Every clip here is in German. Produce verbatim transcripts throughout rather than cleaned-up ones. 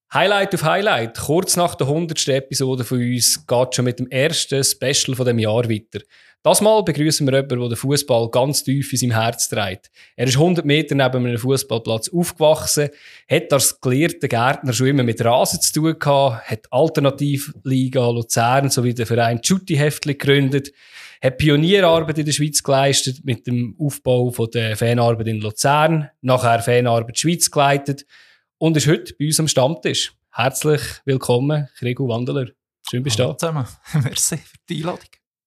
Highlight auf Highlight. Kurz nach der hundertsten Episode von uns geht schon mit dem ersten Special von dem Jahr weiter. Das Mal begrüßen wir jemanden, der den Fußball ganz tief in seinem Herz trägt. Er ist hundert Meter neben einem Fußballplatz aufgewachsen, hat als gelehrter Gärtner schon immer mit Rasen zu tun gehabt, hat Alternativliga Luzern sowie den Verein Tschutti-Heftli gegründet, hat Pionierarbeit in der Schweiz geleistet mit dem Aufbau von der Fanarbeit in Luzern, nachher Fanarbeit Schweiz geleitet und ist heute bei uns am Stammtisch. Herzlich willkommen, Gregor Wandeler. Schön bist du da. Zusammen. Merci für die Einladung.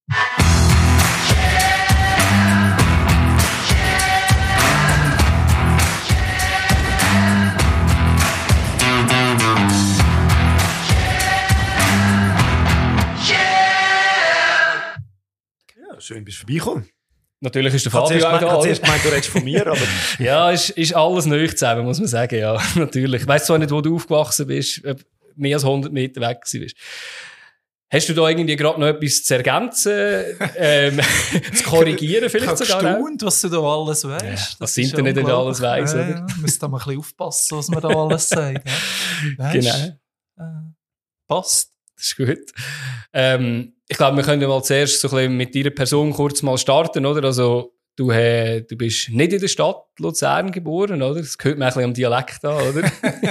Ja, schön, bist du vorbeigekommen. Natürlich ist der Fabio auch da. Ich habe zuerst gemeint, du redest von mir, aber... Ja, ist, ist alles neu zusammen, muss man sagen, ja, natürlich. Ich weiss zwar nicht, wo du aufgewachsen bist, mehr als hundert Meter weg bist. Hast du da irgendwie gerade noch etwas zu ergänzen, ähm, zu korrigieren vielleicht sogar? Ich habe gestaunt, was du da alles weißt. Ja, das was sind denn nicht alles weiss, oder? Ja, müsst da mal ein bisschen aufpassen, was man da alles sagt. Ja. Genau. Äh, passt. Das ist gut. Ähm, ich glaube, wir können mal zuerst so ein bisschen mit deiner Person kurz mal starten, oder? Also, du, äh, du bist nicht in der Stadt Luzern geboren, oder? Das hört man ein bisschen am Dialekt an, oder?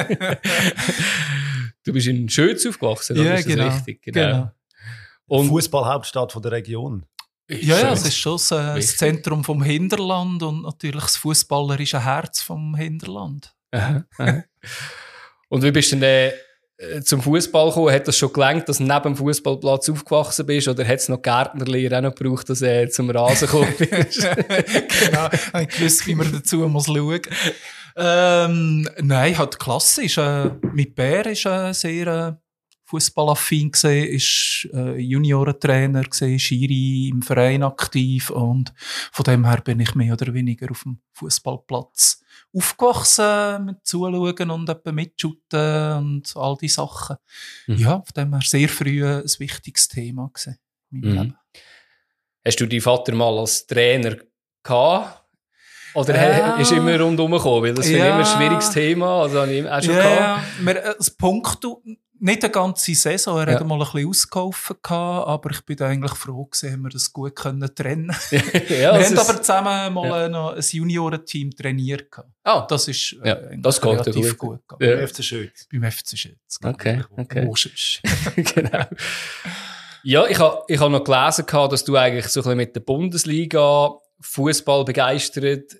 Du bist in Schötz aufgewachsen, oder? Ja, ist das genau. richtig? Genau. genau. Und Fußballhauptstadt von der Region. Ja, ja, es ist schon das, äh, das Zentrum vom Hinterland und natürlich das fußballerische Herz vom Hinterland. Aha, aha. Und wie bist du denn äh, zum Fußball gekommen? Hat das schon gelangt, dass du neben dem Fußballplatz aufgewachsen bist? Oder hat es noch Gärtnerlehre auch noch gebraucht, dass du äh, zum Rasen gekommen bist? Genau, ich wusste, wie man dazu muss schauen. Ähm, nein, halt klassisch. Äh, mit Bär ist äh, sehr äh, fußballaffin gesehen, ist äh, Juniorentrainer gesehen, Schiri im Verein aktiv und von dem her bin ich mehr oder weniger auf dem Fußballplatz aufgewachsen, mit Zuschauen und etwa mitshooten und all die Sachen. Mhm. Ja, von dem her sehr früh ein wichtiges Thema gesehen in meinem mhm. Leben. Hast du deinen Vater mal als Trainer gehabt? Oder äh, ist immer rundherum gekommen? Weil das ja. finde ich immer ein schwieriges Thema. Also habe ich auch schon ja, gehabt. Das Punkt, nicht eine ganze Saison. Er ja. hat mal ein bisschen ausgeholfen gehabt, aber ich bin eigentlich froh gewesen, haben wir das gut können trennen. ja, wir haben aber zusammen mal ja. noch ein Juniorenteam trainiert gehabt. Ah, das ist ja, äh, das relativ gut. gut. Ja. Beim F C Schütz. Beim F C Schütz. Okay, okay. Genau. Ja, ich habe ich ha noch gelesen, dass du eigentlich so ein bisschen mit der Bundesliga Fußball begeistert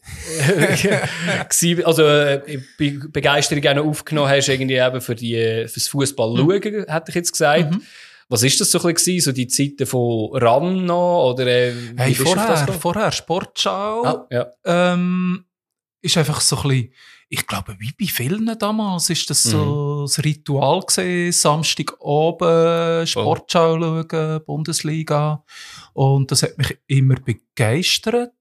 also äh, Be- Begeisterung auch noch aufgenommen hast, irgendwie eben für die, fürs Fußball schauen, mhm. hätte ich jetzt gesagt. Mhm. Was ist das so ein bisschen, so die Zeiten von RAN noch, oder äh, hey, vorher, vorher Sportschau ah, ja. ähm, ist einfach so ein bisschen, ich glaube, wie bei vielen damals ist das so mhm. das Ritual gewesen, Samstagabend Sportschau oh. schauen, Bundesliga. Und das hat mich immer begeistert.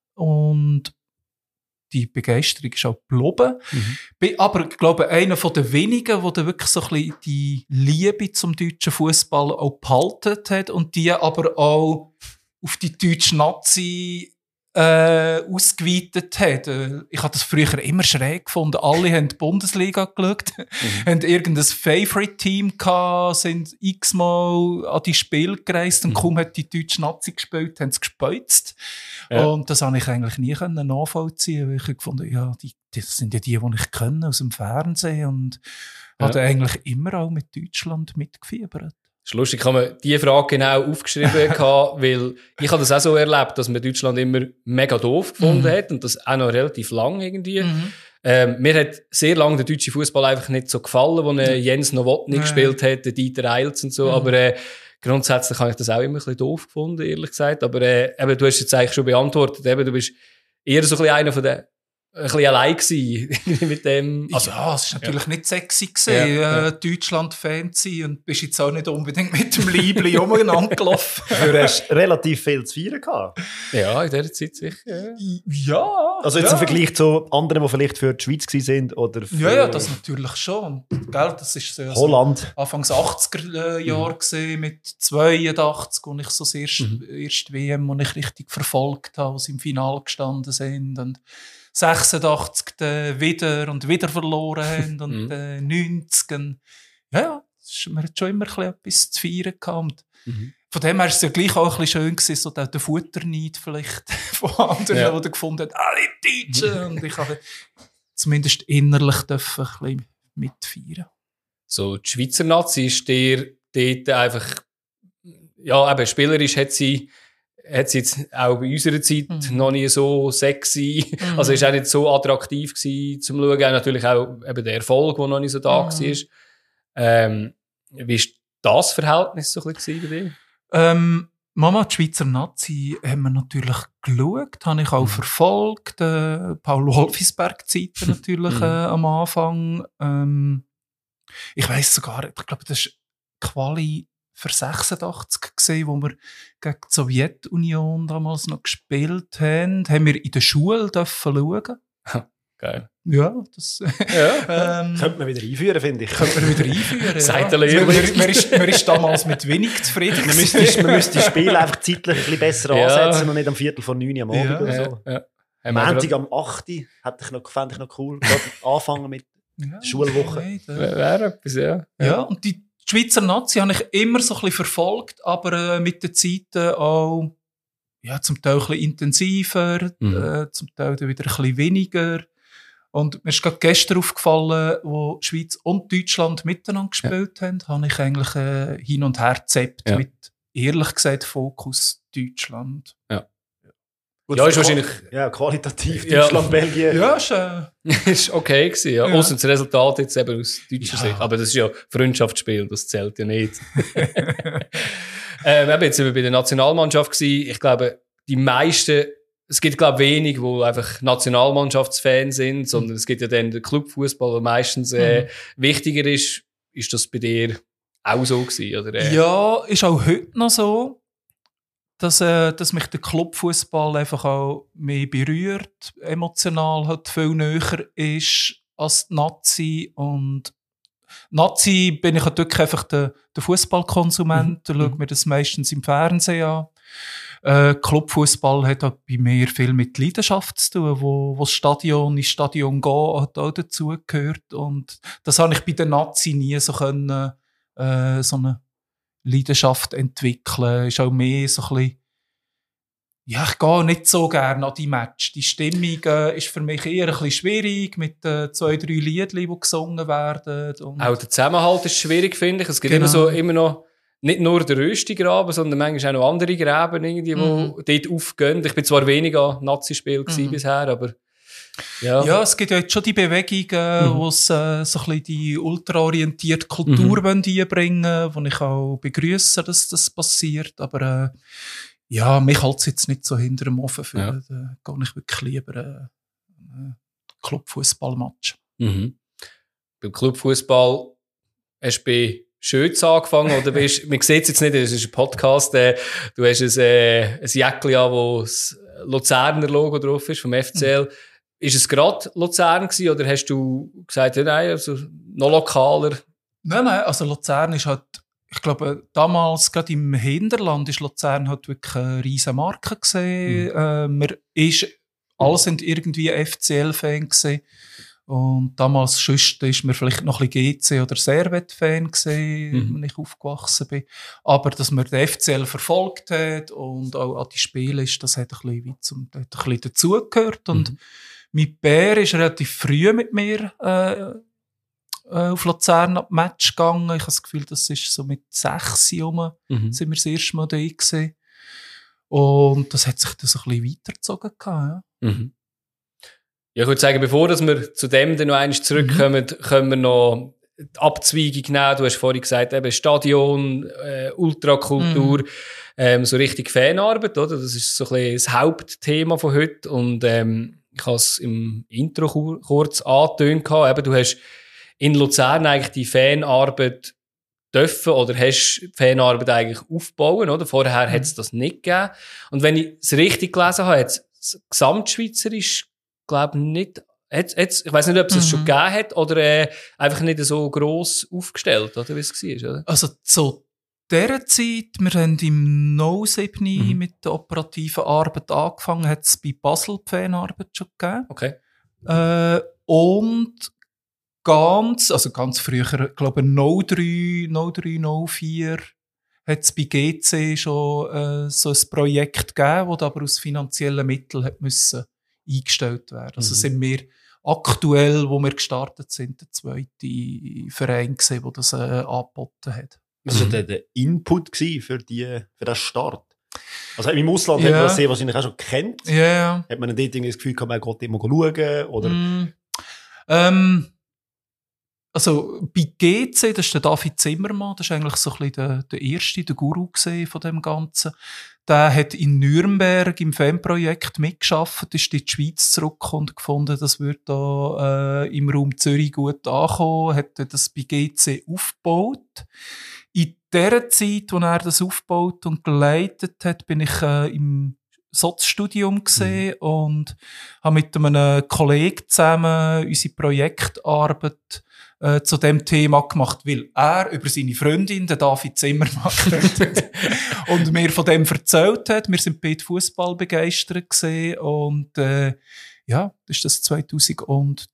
Und die Begeisterung ist auch geblieben. Mhm. Bin aber, ich glaube, einer von den wenigen, der wirklich so ein bisschen die Liebe zum deutschen Fußball auch behalten hat und die aber auch auf die deutsche Nazi Äh, ausgeweitet hat. Ich habe das früher immer schräg gefunden. Alle haben die Bundesliga geschaut, mhm. haben irgendein Favorite-Team gehabt, sind x-mal an die Spiele gereist und mhm. kaum hat die deutsche Nazi gespielt, haben sie gespeuzt. Ja. Und das habe ich eigentlich nie können nachvollziehen, weil ich gefunden ja, die, das sind ja die, die ich kenne aus dem Fernsehen und ja. habe eigentlich immer auch mit Deutschland mitgefiebert. Das ist lustig, ich habe mir diese Frage genau aufgeschrieben, gehabt, weil ich habe das auch so erlebt, dass man Deutschland immer mega doof gefunden mhm. hat und das auch noch relativ lang irgendwie. Mhm. Ähm, mir hat sehr lange der deutsche Fußball einfach nicht so gefallen, wo äh, Jens Nowotny ja. gespielt hat, der Dieter Eils und so, mhm. aber äh, grundsätzlich habe ich das auch immer ein bisschen doof gefunden, ehrlich gesagt. Aber äh, eben, du hast jetzt eigentlich schon beantwortet, eben, du bist eher so ein bisschen einer von den ein bisschen allein gewesen mit dem. Also, ja, es war natürlich ja. nicht sexy gewesen, ja, ja. Deutschland-Fan zu sein und bist jetzt auch nicht unbedingt mit dem Liebling umeinander gelaufen. Du hast relativ viel zu feiern gehabt. Ja, in dieser Zeit sicher. Ja. Also jetzt ja. im Vergleich zu anderen, die vielleicht für die Schweiz sind oder für ja, ja, das natürlich schon. Und, gell, das ist so Holland. Anfangs achtziger Jahre mhm. gesehen mit zweiundachtzig, wo ich so das erste, mhm. erste W M, wo ich richtig verfolgt habe, wo sie im Finale gestanden sind und sechsundachtzig dann wieder und wieder verloren haben und äh, neunzig. Und, ja, man hat schon immer ein bisschen etwas zu feiern gehabt. Mhm. Von dem her war es ja gleich auch ein bisschen schön gewesen, so der, der Futterneid vielleicht von anderen, ja. die gefunden haben, alle Deutschen. Und ich habe zumindest innerlich dürfen ein bisschen mitfeiern. So, die Schweizer Nazi ist dir dort einfach, ja, eben spielerisch hat sie, hat sie jetzt auch bei unserer Zeit mhm. noch nie so sexy, mhm. also ist auch nicht so attraktiv gewesen zum Schauen, auch natürlich auch eben der Erfolg, der noch nicht so da mhm. war. Ähm, wie war das Verhältnis so ein bisschen bei dir? Ähm, Mama, die Schweizer Nazi haben wir natürlich geschaut, habe ich auch mhm. verfolgt, äh, Paul Wolfisberg-Zeiten natürlich äh, am Anfang. Ähm, ich weiss sogar, ich glaube, das war Quali für sechsundachtzig gesehen, wo wir gegen die Sowjetunion damals noch gespielt haben, haben wir in der Schule dürfen schauen. Geil. Ja, das ja. ähm, könnte man wieder einführen, finde ich. Könnte man wieder einführen, Seit ja. der Lehre. Man, man, ist, man ist damals mit wenig zufrieden. Man müsste, man müsste das Spiel einfach zeitlich ein bisschen besser ja. ansetzen und nicht am Viertel von neun am Abend ja. oder so. Ja. Ja. Montag am acht hätte ich noch, fände ich noch cool. Anfangen mit ja, Schulwoche. Okay, wäre etwas, ja. Ja, ja und die Schweizer Nazi habe ich immer so ein bisschen verfolgt, aber äh, mit der Zeit äh, auch ja, zum Teil ein bisschen intensiver, mhm. äh, zum Teil dann wieder ein bisschen weniger. Und mir ist gerade gestern aufgefallen, wo die Schweiz und Deutschland miteinander gespielt ja. haben, habe ich eigentlich äh, hin und her gezappt ja. mit, ehrlich gesagt, Fokus Deutschland. Ja. Gut, ja, ist wahrscheinlich... Ja, qualitativ ja. Deutschland, Belgien. Ja, ist... Äh, ist okay gewesen, ja. ja. Ausser das Resultat jetzt eben aus deutscher ja. Sicht. Aber das ist ja Freundschaftsspiel, das zählt ja nicht. ähm, eben, jetzt sind wir bei der Nationalmannschaft gewesen. Ich glaube, die meisten... Es gibt, glaube ich, wenig, die einfach Nationalmannschaftsfans sind, sondern mhm. es gibt ja dann den Clubfußball, der meistens äh, mhm. wichtiger ist. Ist das bei dir auch so gewesen, oder? Äh? Ja, ist auch heute noch so, dass, äh, dass mich der Clubfußball einfach auch mehr berührt, emotional halt viel näher ist als die Nazi. Und Nazi bin ich halt wirklich einfach der, der Fußballkonsument, mhm. da schaut mir das meistens im Fernsehen an. Äh, Clubfußball hat auch bei mir viel mit Leidenschaft zu tun, wo, wo das Stadion ins Stadion gehen hat auch dazugehört. Und das habe ich bei der Nazi nie so können, äh, so eine Leidenschaft entwickeln. Ist auch mehr so ein bisschen, ja, ich gehe nicht so gerne an die Match. Die Stimmung äh, ist für mich eher ein bisschen schwierig mit äh, zwei, drei Liedern, die gesungen werden. Und auch der Zusammenhalt ist schwierig, finde ich. Es gibt genau. immer so, immer noch nicht nur der Röstigraben, sondern manchmal auch noch andere Gräben, irgendwie, die mhm. dort aufgehen. Ich bin zwar weniger Nazi-Spiel mhm. bisher, aber ja. Ja, es gibt ja jetzt schon die Bewegung, äh, mhm. wo es äh, so ein bisschen die ultraorientierte Kultur mhm. einbringen wollen, die ich auch begrüße, dass das passiert. Aber äh, ja, mich hält es jetzt nicht so hinter dem Ofen für. Ja. Da gehe ich wirklich lieber äh, einen Clubfußballmatch. Mhm. Beim Clubfußball hast du bei Schötz angefangen, oder bist, man sieht es jetzt nicht, es ist ein Podcast, äh, du hast ein, äh, ein Jäckchen an, wo das Luzerner Logo drauf ist, vom F C L. Mhm. Ist es gerade Luzern gewesen, oder hast du gesagt, ja, nein, also noch lokaler? Nein, nein, also Luzern ist halt, ich glaube, damals, gerade im Hinterland, ist Luzern halt wirklich eine riesen Marke gewesen. Mhm. Äh, man ist, alle sind irgendwie F C L-Fan gewesen. Und damals sonst ist mir vielleicht noch ein bisschen G C oder Servet-Fan gewesen, mhm. wenn ich aufgewachsen bin. Aber dass man den F C L verfolgt hat und auch an die Spiele ist, das hat ein bisschen, zum, hat ein bisschen dazugehört. Und mhm. mein Bär ist relativ früh mit mir äh, äh, auf Luzern ab Match gegangen. Ich habe das Gefühl, das ist so mit sechs rum, mhm. sind wir das erste Mal da gewesen. Und das hat sich dann so ein bisschen weitergezogen gehabt, ja. Mhm. Ja, ich würde sagen, bevor dass wir zu dem dann noch einmal zurückkommen, mhm. können wir noch die Abzweigung nehmen. Du hast vorhin gesagt, eben Stadion, äh, Ultrakultur, mhm. ähm, so richtig Fanarbeit, oder? Das ist so ein bisschen das Hauptthema von heute. Und ähm, ich habe es im Intro kur- kurz angetönt. Eben, du hast in Luzern eigentlich die Fanarbeit dürfen oder hast die Fanarbeit eigentlich aufbauen, oder? Vorher mhm. hat es das nicht gegeben. Und wenn ich es richtig gelesen habe, hat es gesamtschweizerisch glaube nicht, jetzt, jetzt, ich weiß nicht, ob es es mhm. schon gegeben hat oder äh, einfach nicht so gross aufgestellt, oder wie es war, oder? Also zu dieser Zeit, wir haben im null sieben mhm. mit der operativen Arbeit angefangen, hat es bei Basel die Fanarbeit schon gegeben. Okay. Äh, und ganz, also ganz früher, glaube ich, null drei, null drei, null vier hat es bei G C schon äh, so ein Projekt gegeben, das aber aus finanziellen Mitteln hat müssen eingestellt werden. Also mhm. sind wir aktuell, wo wir gestartet sind, der zweite Verein gewesen, der das äh, angeboten hat. Was war mhm. der Input für, die, für den Start? Also im Ausland yeah. hat man das sehr wahrscheinlich auch schon gekannt. Yeah. Hat man dort irgendwie das Gefühl, kann man Gott immer schauen? Oder? Mm. Ähm, also bei G C, das ist der David Zimmermann, das ist eigentlich so ein bisschen der, der erste, der Guru von dem Ganzen. Der hat in Nürnberg im Fanprojekt mitgearbeitet, ist in die Schweiz zurückgekommen und gefunden, das würde da äh, im Raum Zürich gut ankommen, hat das bei G C aufgebaut. In der Zeit, wo er das aufgebaut und geleitet hat, bin ich äh, im Sozialstudium gesehen mhm. und habe mit einem Kollegen zusammen unsere Projektarbeit äh, zu dem Thema gemacht, weil er über seine Freundin, den David Zimmermann, hat und mir von dem erzählt hat. Wir sind beide Fußball begeistert gesehen und äh, ja, das ist das zweitausenddrei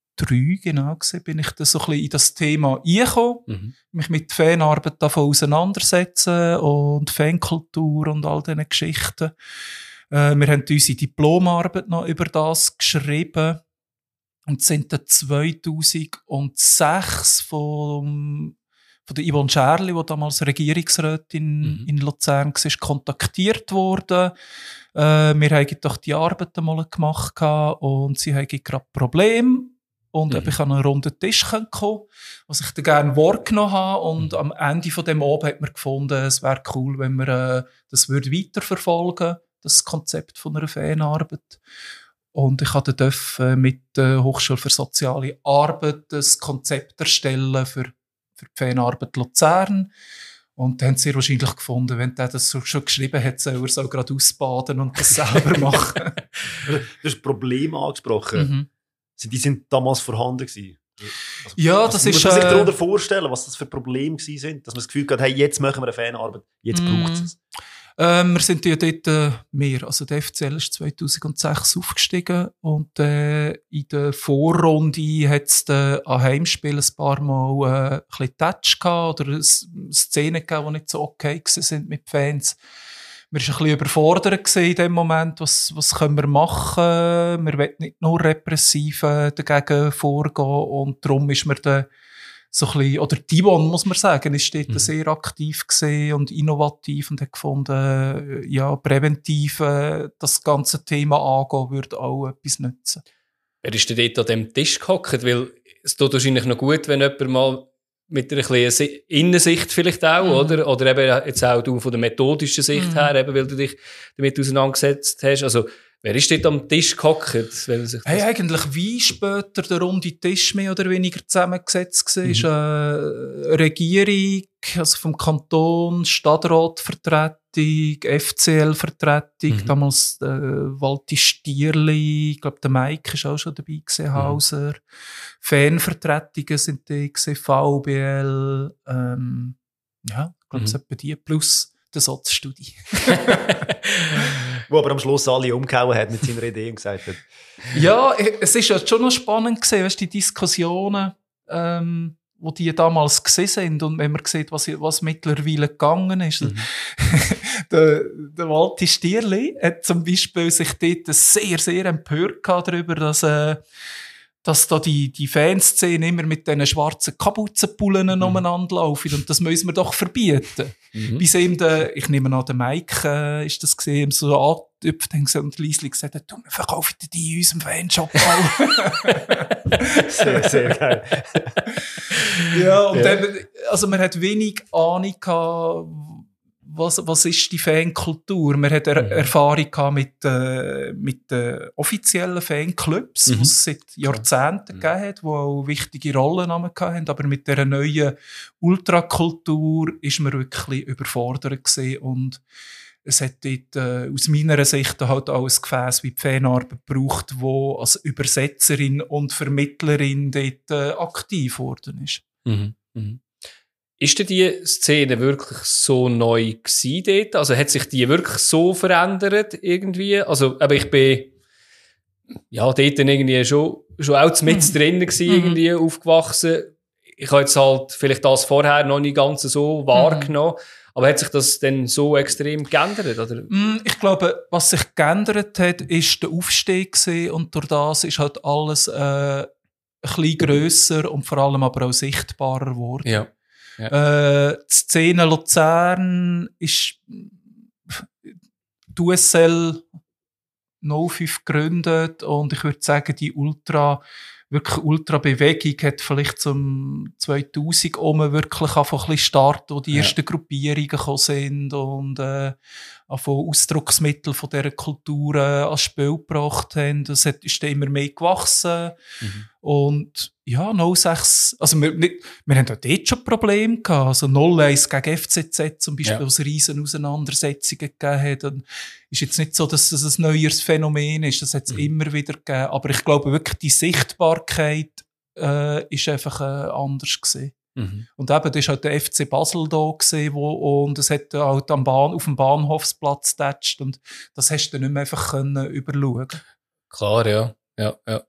genau gewesen, bin ich da so ein bisschen in das Thema reingekommen, mhm. mich mit Fanarbeit davon auseinandersetzen und Fankultur und all diese Geschichten. Äh, wir haben unsere Diplomarbeit noch über das geschrieben und sind dann zweitausendsechs von, von der Yvonne Scherli, die damals Regierungsrätin mhm. in Luzern war, kontaktiert worden. Äh, wir haben doch die Arbeit einmal gemacht und sie haben gerade Probleme. Und mhm. ob ich an einen runden Tisch kommen könnte, was ich da gerne wahrgenommen habe. Und mhm. am Ende von dem Abend hat man gefunden, es wäre cool, wenn wir äh, das würde weiterverfolgen, das Konzept von einer Fanarbeit. Und ich durfte mit der Hochschule für soziale Arbeit das Konzept erstellen für, für die Fanarbeit Luzern. Und dann haben sie sehr wahrscheinlich gefunden, wenn der das schon geschrieben hat, soll er es auch gerade ausbaden und das selber machen. Du hast ein Problem angesprochen. Mhm. Die sind damals vorhanden gewesen. Also, ja, das ist... Muss man sich äh, darunter vorstellen, was das für Probleme sind? Dass man das Gefühl hat, hey, jetzt machen wir eine Fanarbeit, jetzt mm, braucht es. Äh, wir sind ja dort äh, mehr. Also der F C L ist zweitausendsechs aufgestiegen und äh, in der Vorrunde hat es äh, an Heimspielen ein paar Mal äh, ein bisschen Touch gehabt oder Szenen gehabt, die nicht so okay sind mit Fans. Wir waren ein bisschen überfordert in dem Moment, was, was können wir machen. Wir wollen nicht nur repressiv äh, dagegen vorgehen und darum ist mir dann so ein bisschen, oder Divon, muss man sagen, ist dort mhm. sehr aktiv gewesen und innovativ und hat gefunden, ja, präventiv äh, das ganze Thema angehen, würde auch etwas nützen. Wer ist denn dort an dem Tisch gehockt? Weil es tut wahrscheinlich noch gut, wenn jemand mal mit einer kleinen Innensicht vielleicht auch, mhm. oder? Oder eben jetzt auch du von der methodischen Sicht mhm. her, eben weil du dich damit auseinandergesetzt hast. Also, wer ist dort am Tisch gehockt? Hey, eigentlich wie später der runde Tisch mehr oder weniger zusammengesetzt war. Mhm. Ist eine Regierung, also vom Kanton, Stadtratvertretung, F C L-Vertretung, mhm. damals äh, Walti Stierli, ich glaube, der Mike ist auch schon dabei gewesen, Hauser. Mhm. Fanvertretungen sind da gewesen, V B L, ähm, ja, ich glaube, es mhm. etwa die, plus der Sozialstudie. Wo aber am Schluss alle umgehauen hat mit seiner Idee und gesagt hat. Ja, es ist ja schon noch spannend gewesen, weißt, die Diskussionen, ähm, wo die damals gesehen sind und wenn man sieht, was, was mittlerweile gegangen ist. Mhm. der, der Walti Stierli hat zum Beispiel sich dort sehr, sehr empört darüber, dass, äh, dass da die, die Fanszene immer mit diesen schwarzen Kapuzenpullen mhm. umeinander laufen und das müssen wir doch verbieten. Mhm. Bis ihm der, ich nehme an, der Mike äh, ist das gesehen, so angetüpft und leislich gesagt hat, du, wir verkaufen die in unserem Fanshop auch. Sehr, sehr geil. Ja, und ja. Dann, also man hat wenig Ahnung gehabt, was, was ist die Fankultur. Man hat er, mhm. Erfahrung gehabt mit, äh, mit äh, offiziellen Fanclubs, mhm. die es seit Jahrzehnten mhm. gegeben hat, die auch wichtige Rollen hatten. Aber mit dieser neuen Ultrakultur ist man wirklich überfordert gewesen. Und es hat dort äh, aus meiner Sicht halt auch ein Gefäß wie die Fanarbeit gebraucht, wo als Übersetzerin und Vermittlerin dort äh, aktiv geworden ist. Mhm. Mhm. Ist denn die Szene wirklich so neu gewesen dort? Also hat sich die wirklich so verändert irgendwie? Also, aber ich bin, ja, dort irgendwie schon, schon auch mit mhm. drinnen gewesen, irgendwie mhm. aufgewachsen. Ich habe jetzt halt vielleicht das vorher noch nicht ganz so wahrgenommen. Mhm. Aber hat sich das denn so extrem geändert? Oder? Ich glaube, was sich geändert hat, ist der Aufstieg gewesen, und durch das ist halt alles äh, ein bisschen grösser und vor allem aber auch sichtbarer geworden. Ja. Ja. Äh, die Szene Luzern ist die U S L null fünf gegründet, und ich würde sagen, die Ultra wirklich Ultra-Bewegung hat vielleicht zum zweitausend um wirklich einfach ein bisschen starten, wo die ersten ja. Gruppierungen gekommen sind und äh, von Ausdrucksmittel von dieser Kultur äh, ans Spiel gebracht haben. Das hat, ist dann immer mehr gewachsen. Mhm. Und ja, null sechs, also wir, wir, wir haben auch dort schon Probleme gehabt. Also null eins gegen F C Z zum Beispiel, ja. wo es riesen Auseinandersetzungen gegeben hat. Und ist jetzt nicht so, dass es ein neues Phänomen ist, das hat es mhm. immer wieder gegeben. Aber ich glaube wirklich, die Sichtbarkeit äh, ist einfach äh, anders gewesen. Mhm. Und eben, da war halt der F C Basel da gewesen, wo, und es hat halt am Bahn, auf dem Bahnhofsplatz getatscht, und das hast du dann nicht mehr einfach können überschauen. Klar, ja. Ja, ja.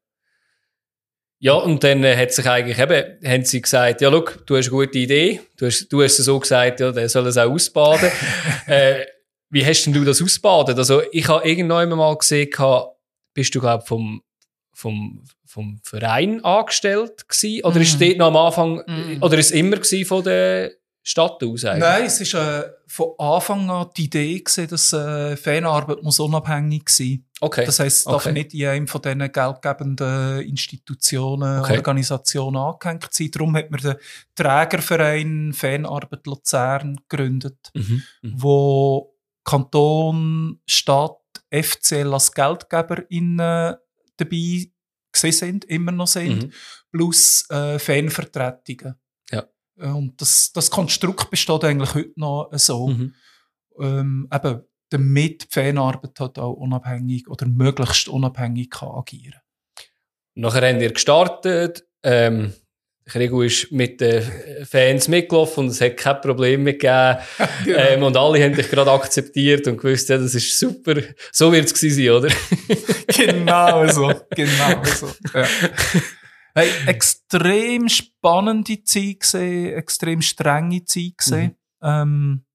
Ja, und dann äh, hat sich eigentlich eben, haben sie gesagt, ja, schau, du hast eine gute Idee, du hast, du hast es so gesagt, ja, der soll es auch ausbaden. äh, wie hast denn du das ausbaden? Also, ich habe irgendwann mal gesehen, bist du, glaube ich, vom, vom, vom Verein angestellt gewesen? Oder mm. ist es dort noch am Anfang, mm. oder ist es immer gewesen von der Stadt aus eigentlich? Nein, es ist äh, von Anfang an die Idee gewesen, dass äh, Fanarbeit muss unabhängig sein. Okay. Das heisst, es darf okay. nicht in einem von diesen geldgebenden Institutionen, okay. Organisationen angehängt sein. Darum hat man den Trägerverein Fanarbeit Luzern gegründet, mhm. Mhm. wo Kanton, Stadt, F C L als GeldgeberInnen dabei sind, immer noch sind, mhm. plus äh, Fanvertretungen. Ja. Und das, das Konstrukt besteht eigentlich heute noch so. Mhm. Ähm, eben, damit die Fanarbeit halt auch unabhängig oder möglichst unabhängig kann agieren. Nachher haben wir gestartet. Ähm, Krigo ist mit den Fans mitgelaufen und es hat kein Problem mehr gegeben. Genau. Ähm, und alle haben dich gerade akzeptiert und gewusst, ja, das ist super. So wird es gewesen sein, oder? Genau so. Genau so. Ja. Hey, extrem spannende Zeit gesehen, extrem strenge Zeit gesehen. Mhm. Ähm,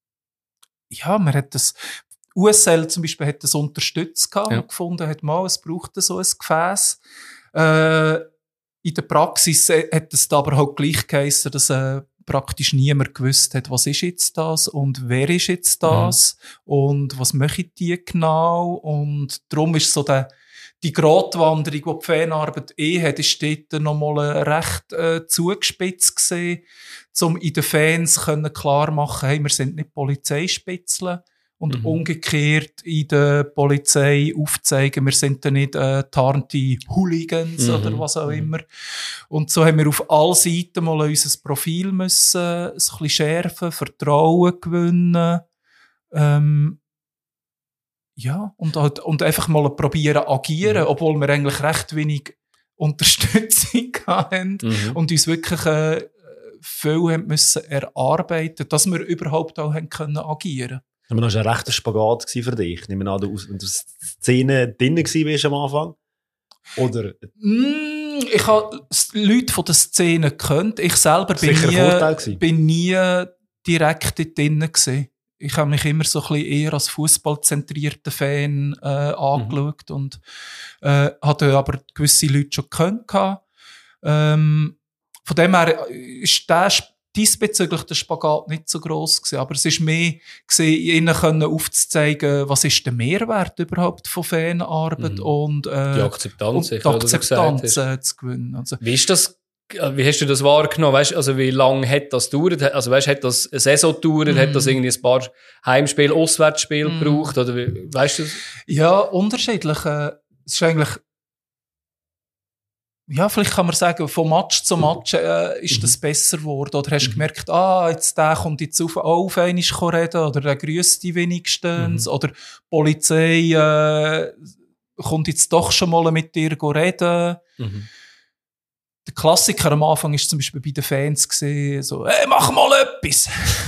ja, man hat das, U S L zum Beispiel hat das unterstützt gehabt, ja. und gefunden hat, mal, es braucht so ein Gefäß. Äh, in der Praxis hat es da aber halt gleich geheissen, dass äh, praktisch niemand gewusst hat, was ist jetzt das und wer ist jetzt das mhm. und was möchten die genau, und darum ist so der die Gratwanderung, die die Fanarbeit eh hat, ist dort nochmal recht äh, zugespitzt gewesen, um in den Fans können klar machen, hey, wir sind nicht Polizeispitzeln, und mhm. umgekehrt in der Polizei aufzeigen, wir sind da nicht äh, tarnte Hooligans mhm. oder was auch immer. Und so haben wir auf allen Seiten mal unser Profil müssen ein bisschen schärfen, Vertrauen gewinnen, ähm, ja, und, halt, und einfach mal probieren agieren, mhm. obwohl wir eigentlich recht wenig Unterstützung hatten mhm. und uns wirklich äh, viel haben müssen erarbeiten, dass wir überhaupt auch haben können agieren. Aber das war ein rechter Spagat für dich. Ich nehme an, du in der Szene drin warst am Anfang? Oder? Mm, ich habe Leute von der Szene gekannt. Ich selber bin nie, bin nie direkt dort drin gewesen. Ich habe mich immer so ein bisschen eher als fußballzentrierter Fan äh, angeschaut mhm. und äh, hatte aber gewisse Leute schon gekannt. Ähm, von dem her ist der diesbezüglich der Spagat nicht so gross gewesen, aber es ist mehr gewesen, ihnen können aufzuzeigen, was ist der Mehrwert überhaupt von Fanarbeit mhm. und, äh, die Akzeptanz, und die Akzeptanz äh, zu gewinnen. Also, wie ist das? Wie hast du das wahrgenommen? Weißt, also wie lange hat das gedauert? Also weißt, hat das eine Saison gedauert? Mm. Hat das irgendwie ein paar Heimspiele, Auswärtsspiele mm. gebraucht? Oder wie, weißt du das? Ja, unterschiedlich. Es ist eigentlich, ja, vielleicht kann man sagen, von Match zu Match äh, ist das besser geworden. Oder hast du gemerkt, ah, jetzt der kommt jetzt auf, auf einmal reden, oder der grüßt die wenigstens, mm. oder die Polizei äh, kommt jetzt doch schon mal mit dir reden. Mm. der Klassiker am Anfang ist zum Beispiel bei den Fans gesehen, so, hey, mach mal etwas!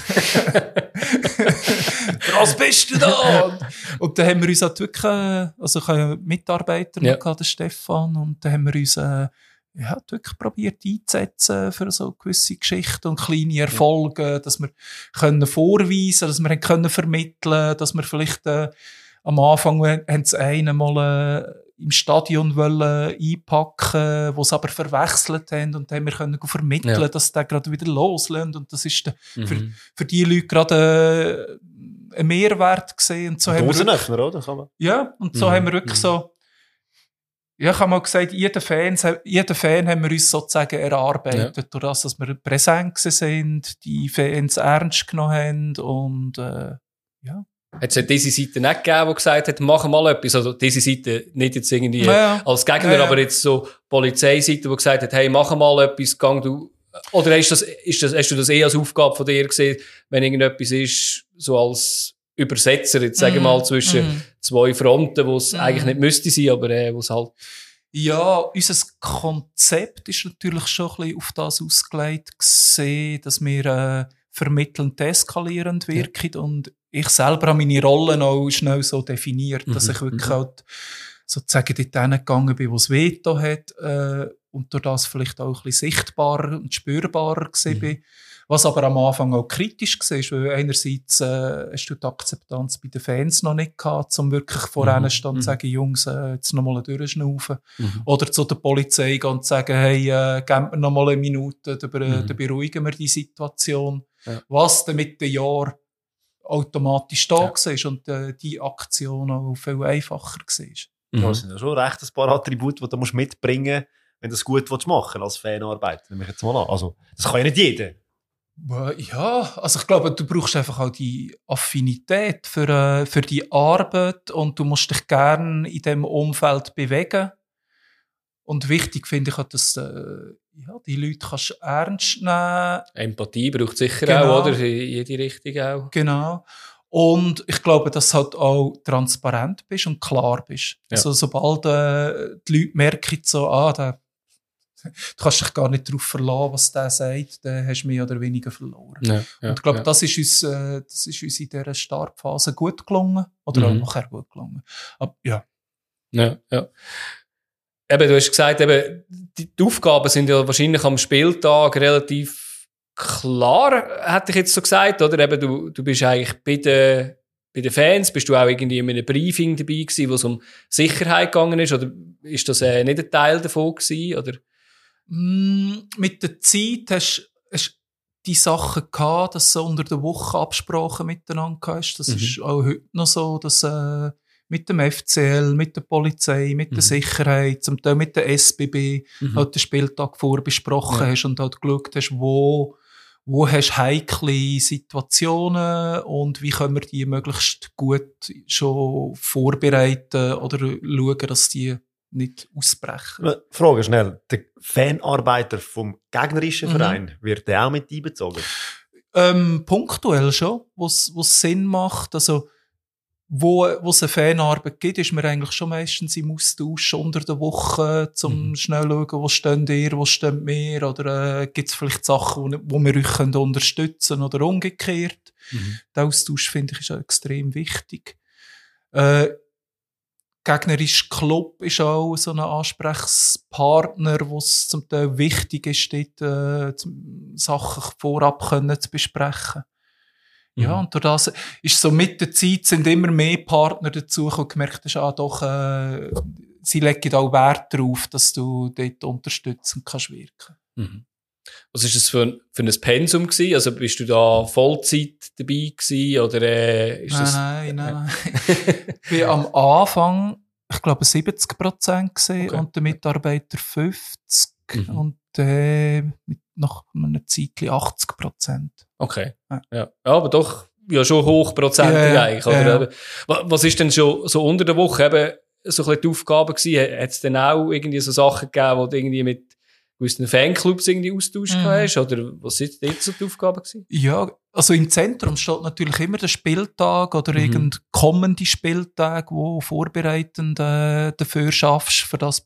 Was bist du da? Und, und dann haben wir uns halt wirklich, also ich habe Mitarbeiter ja. gehabt, den Stefan, und dann haben wir uns äh, ja, wirklich probiert einzusetzen für so gewisse Geschichten und kleine Erfolge, ja. dass wir können vorweisen, dass wir können vermitteln, dass wir vielleicht äh, am Anfang haben sie einen mal äh, im Stadion wollen einpacken, wo sie aber verwechselt haben, und dann haben wir können vermitteln, ja. dass der gerade wieder loslässt, und das ist mhm. für, für die Leute gerade äh, ein Mehrwert gesehen. Und so haben wir wirklich, oder? Kann man? Ja, und so mhm. haben wir wirklich mhm. so, ja, ich habe mal gesagt, jeden Fan, jeden Fan haben wir uns sozusagen erarbeitet, ja. durch das, dass wir präsent sind, die Fans ernst genommen haben, und äh, ja. Hat es diese Seite nicht gegeben, die gesagt hat, mach mal etwas? Also diese Seite nicht jetzt irgendwie ja. als Gegner, ja, ja. aber jetzt so Polizeiseite, die gesagt hat, hey, mach mal etwas, gang du. Oder ist das, ist das, hast du das eh als Aufgabe von dir gesehen, wenn irgendetwas ist, so als Übersetzer, jetzt sagen wir mm. mal, zwischen mm. zwei Fronten, wo es mm. eigentlich nicht müsste sein, aber äh, wo es halt... Ja, unser Konzept ist natürlich schon ein bisschen auf das ausgelegt gesehen, dass wir äh, vermittelnd eskalierend wirken, ja. und ich selber habe meine Rollen auch schnell so definiert, mhm. dass ich wirklich mhm. halt sozusagen dort hingegangen bin, wo es Veto hat, äh, und durch das vielleicht auch ein bisschen sichtbarer und spürbarer gewesen mhm. bin. Was aber am Anfang auch kritisch war, weil einerseits äh, hast du die Akzeptanz bei den Fans noch nicht gehabt, um wirklich vor ihnen mhm. stehen und zu sagen, Jungs, äh, jetzt noch mal durchschnaufen. Mhm. Oder zu der Polizei gehen und sagen, hey, äh, gebt mir noch mal eine Minute, dann, mhm. dann beruhigen wir die Situation. Ja. Was dann mit den Jahren automatisch da ja. war und äh, die Aktion auch viel einfacher war. Mhm. Das sind ja schon recht ein paar Attribute, die du musst mitbringen musst, wenn du es gut machen willst als Fanarbeit. Nehme ich jetzt mal an. Also, das kann ja nicht jeder. Ja, also ich glaube, du brauchst einfach auch die Affinität für, äh, für die Arbeit, und du musst dich gerne in diesem Umfeld bewegen. Und wichtig finde ich auch, dass äh, ja, die Leute kannst ernst nehmen. Empathie braucht sicher genau. auch, oder? In jede Richtung auch. Genau. Und ich glaube, dass du halt auch transparent bist und klar bist. Ja. Also sobald äh, die Leute merken, so, ah, der, du kannst dich gar nicht darauf verlassen, was der sagt, dann hast du mehr oder weniger verloren. Ja, ja, und ich glaube, ja. das ist uns, äh, das ist uns in dieser Startphase gut gelungen. Oder mhm. auch nachher gut gelungen. Aber, ja. Ja, ja. Eben, du hast gesagt, eben, die, die Aufgaben sind ja wahrscheinlich am Spieltag relativ klar, hätte ich jetzt so gesagt, oder? Eben, du, du bist eigentlich bei den, bei den Fans, bist du auch irgendwie in einem Briefing dabei gewesen, wo es um Sicherheit gegangen ist, oder ist das äh, nicht ein Teil davon gewesen, oder? Mm, mit der Zeit hast du die Sachen gehabt, dass du unter der Woche Absprachen miteinander hast. Das mhm. ist auch heute noch so, dass äh, mit dem F C L, mit der Polizei, mit mhm. der Sicherheit, zum Teil mit der S B B, mhm. halt den Spieltag vorbesprochen ja. hast und halt geschaut hast, wo, wo hast du heikle Situationen und wie können wir die möglichst gut schon vorbereiten oder schauen, dass die nicht ausbrechen. Frage schnell, der Fanarbeiter vom gegnerischen mhm. Verein, wird der auch mit einbezogen? Ähm, punktuell schon, wo es Sinn macht. Also, wo es eine Fanarbeit gibt, ist man eigentlich schon meistens im Austausch unter der Woche, um mhm. schnell zu schauen, wo stehen ihr, wo stehen wir, oder äh, gibt es vielleicht Sachen, wo, wo wir euch können unterstützen oder umgekehrt. Mhm. Der Austausch, finde ich, ist auch extrem wichtig. Äh, gegnerischer Club ist auch so ein Ansprechpartner, wo es zum Teil wichtig ist, dort, äh, Sachen vorab können zu besprechen. Ja, und durch das ist so mit der Zeit sind immer mehr Partner dazu gekommen, gemerkt hast, ah, doch, äh, sie legen auch Wert darauf, dass du dort unterstützend kannst wirken. Mhm. Was ist das für ein, für ein Pensum gewesen? Also bist du da Vollzeit dabei gewesen, oder äh, ist nein, das... Nein, nein, nein. Ich bin am Anfang, ich glaube, siebzig Prozent gewesen okay. und der Mitarbeiter fünfzig mhm. und äh, mit nach einer Zeit achtzig Prozent. Okay. Ja. Ja. Ja, aber doch ja schon hochprozentig ja, eigentlich. Oder? Ja. Was ist denn schon so unter der Woche eben so ein bisschen die Aufgabe gewesen? Hat es denn auch irgendwie so Sachen gegeben, wo du irgendwie mit gewissen Fanclubs irgendwie austauscht mhm. hast? Oder was sind jetzt so die Aufgaben gewesen? Ja, also im Zentrum steht natürlich immer der Spieltag oder mhm. irgendein kommende Spieltag, wo vorbereitend äh, dafür schaffst. Für das bist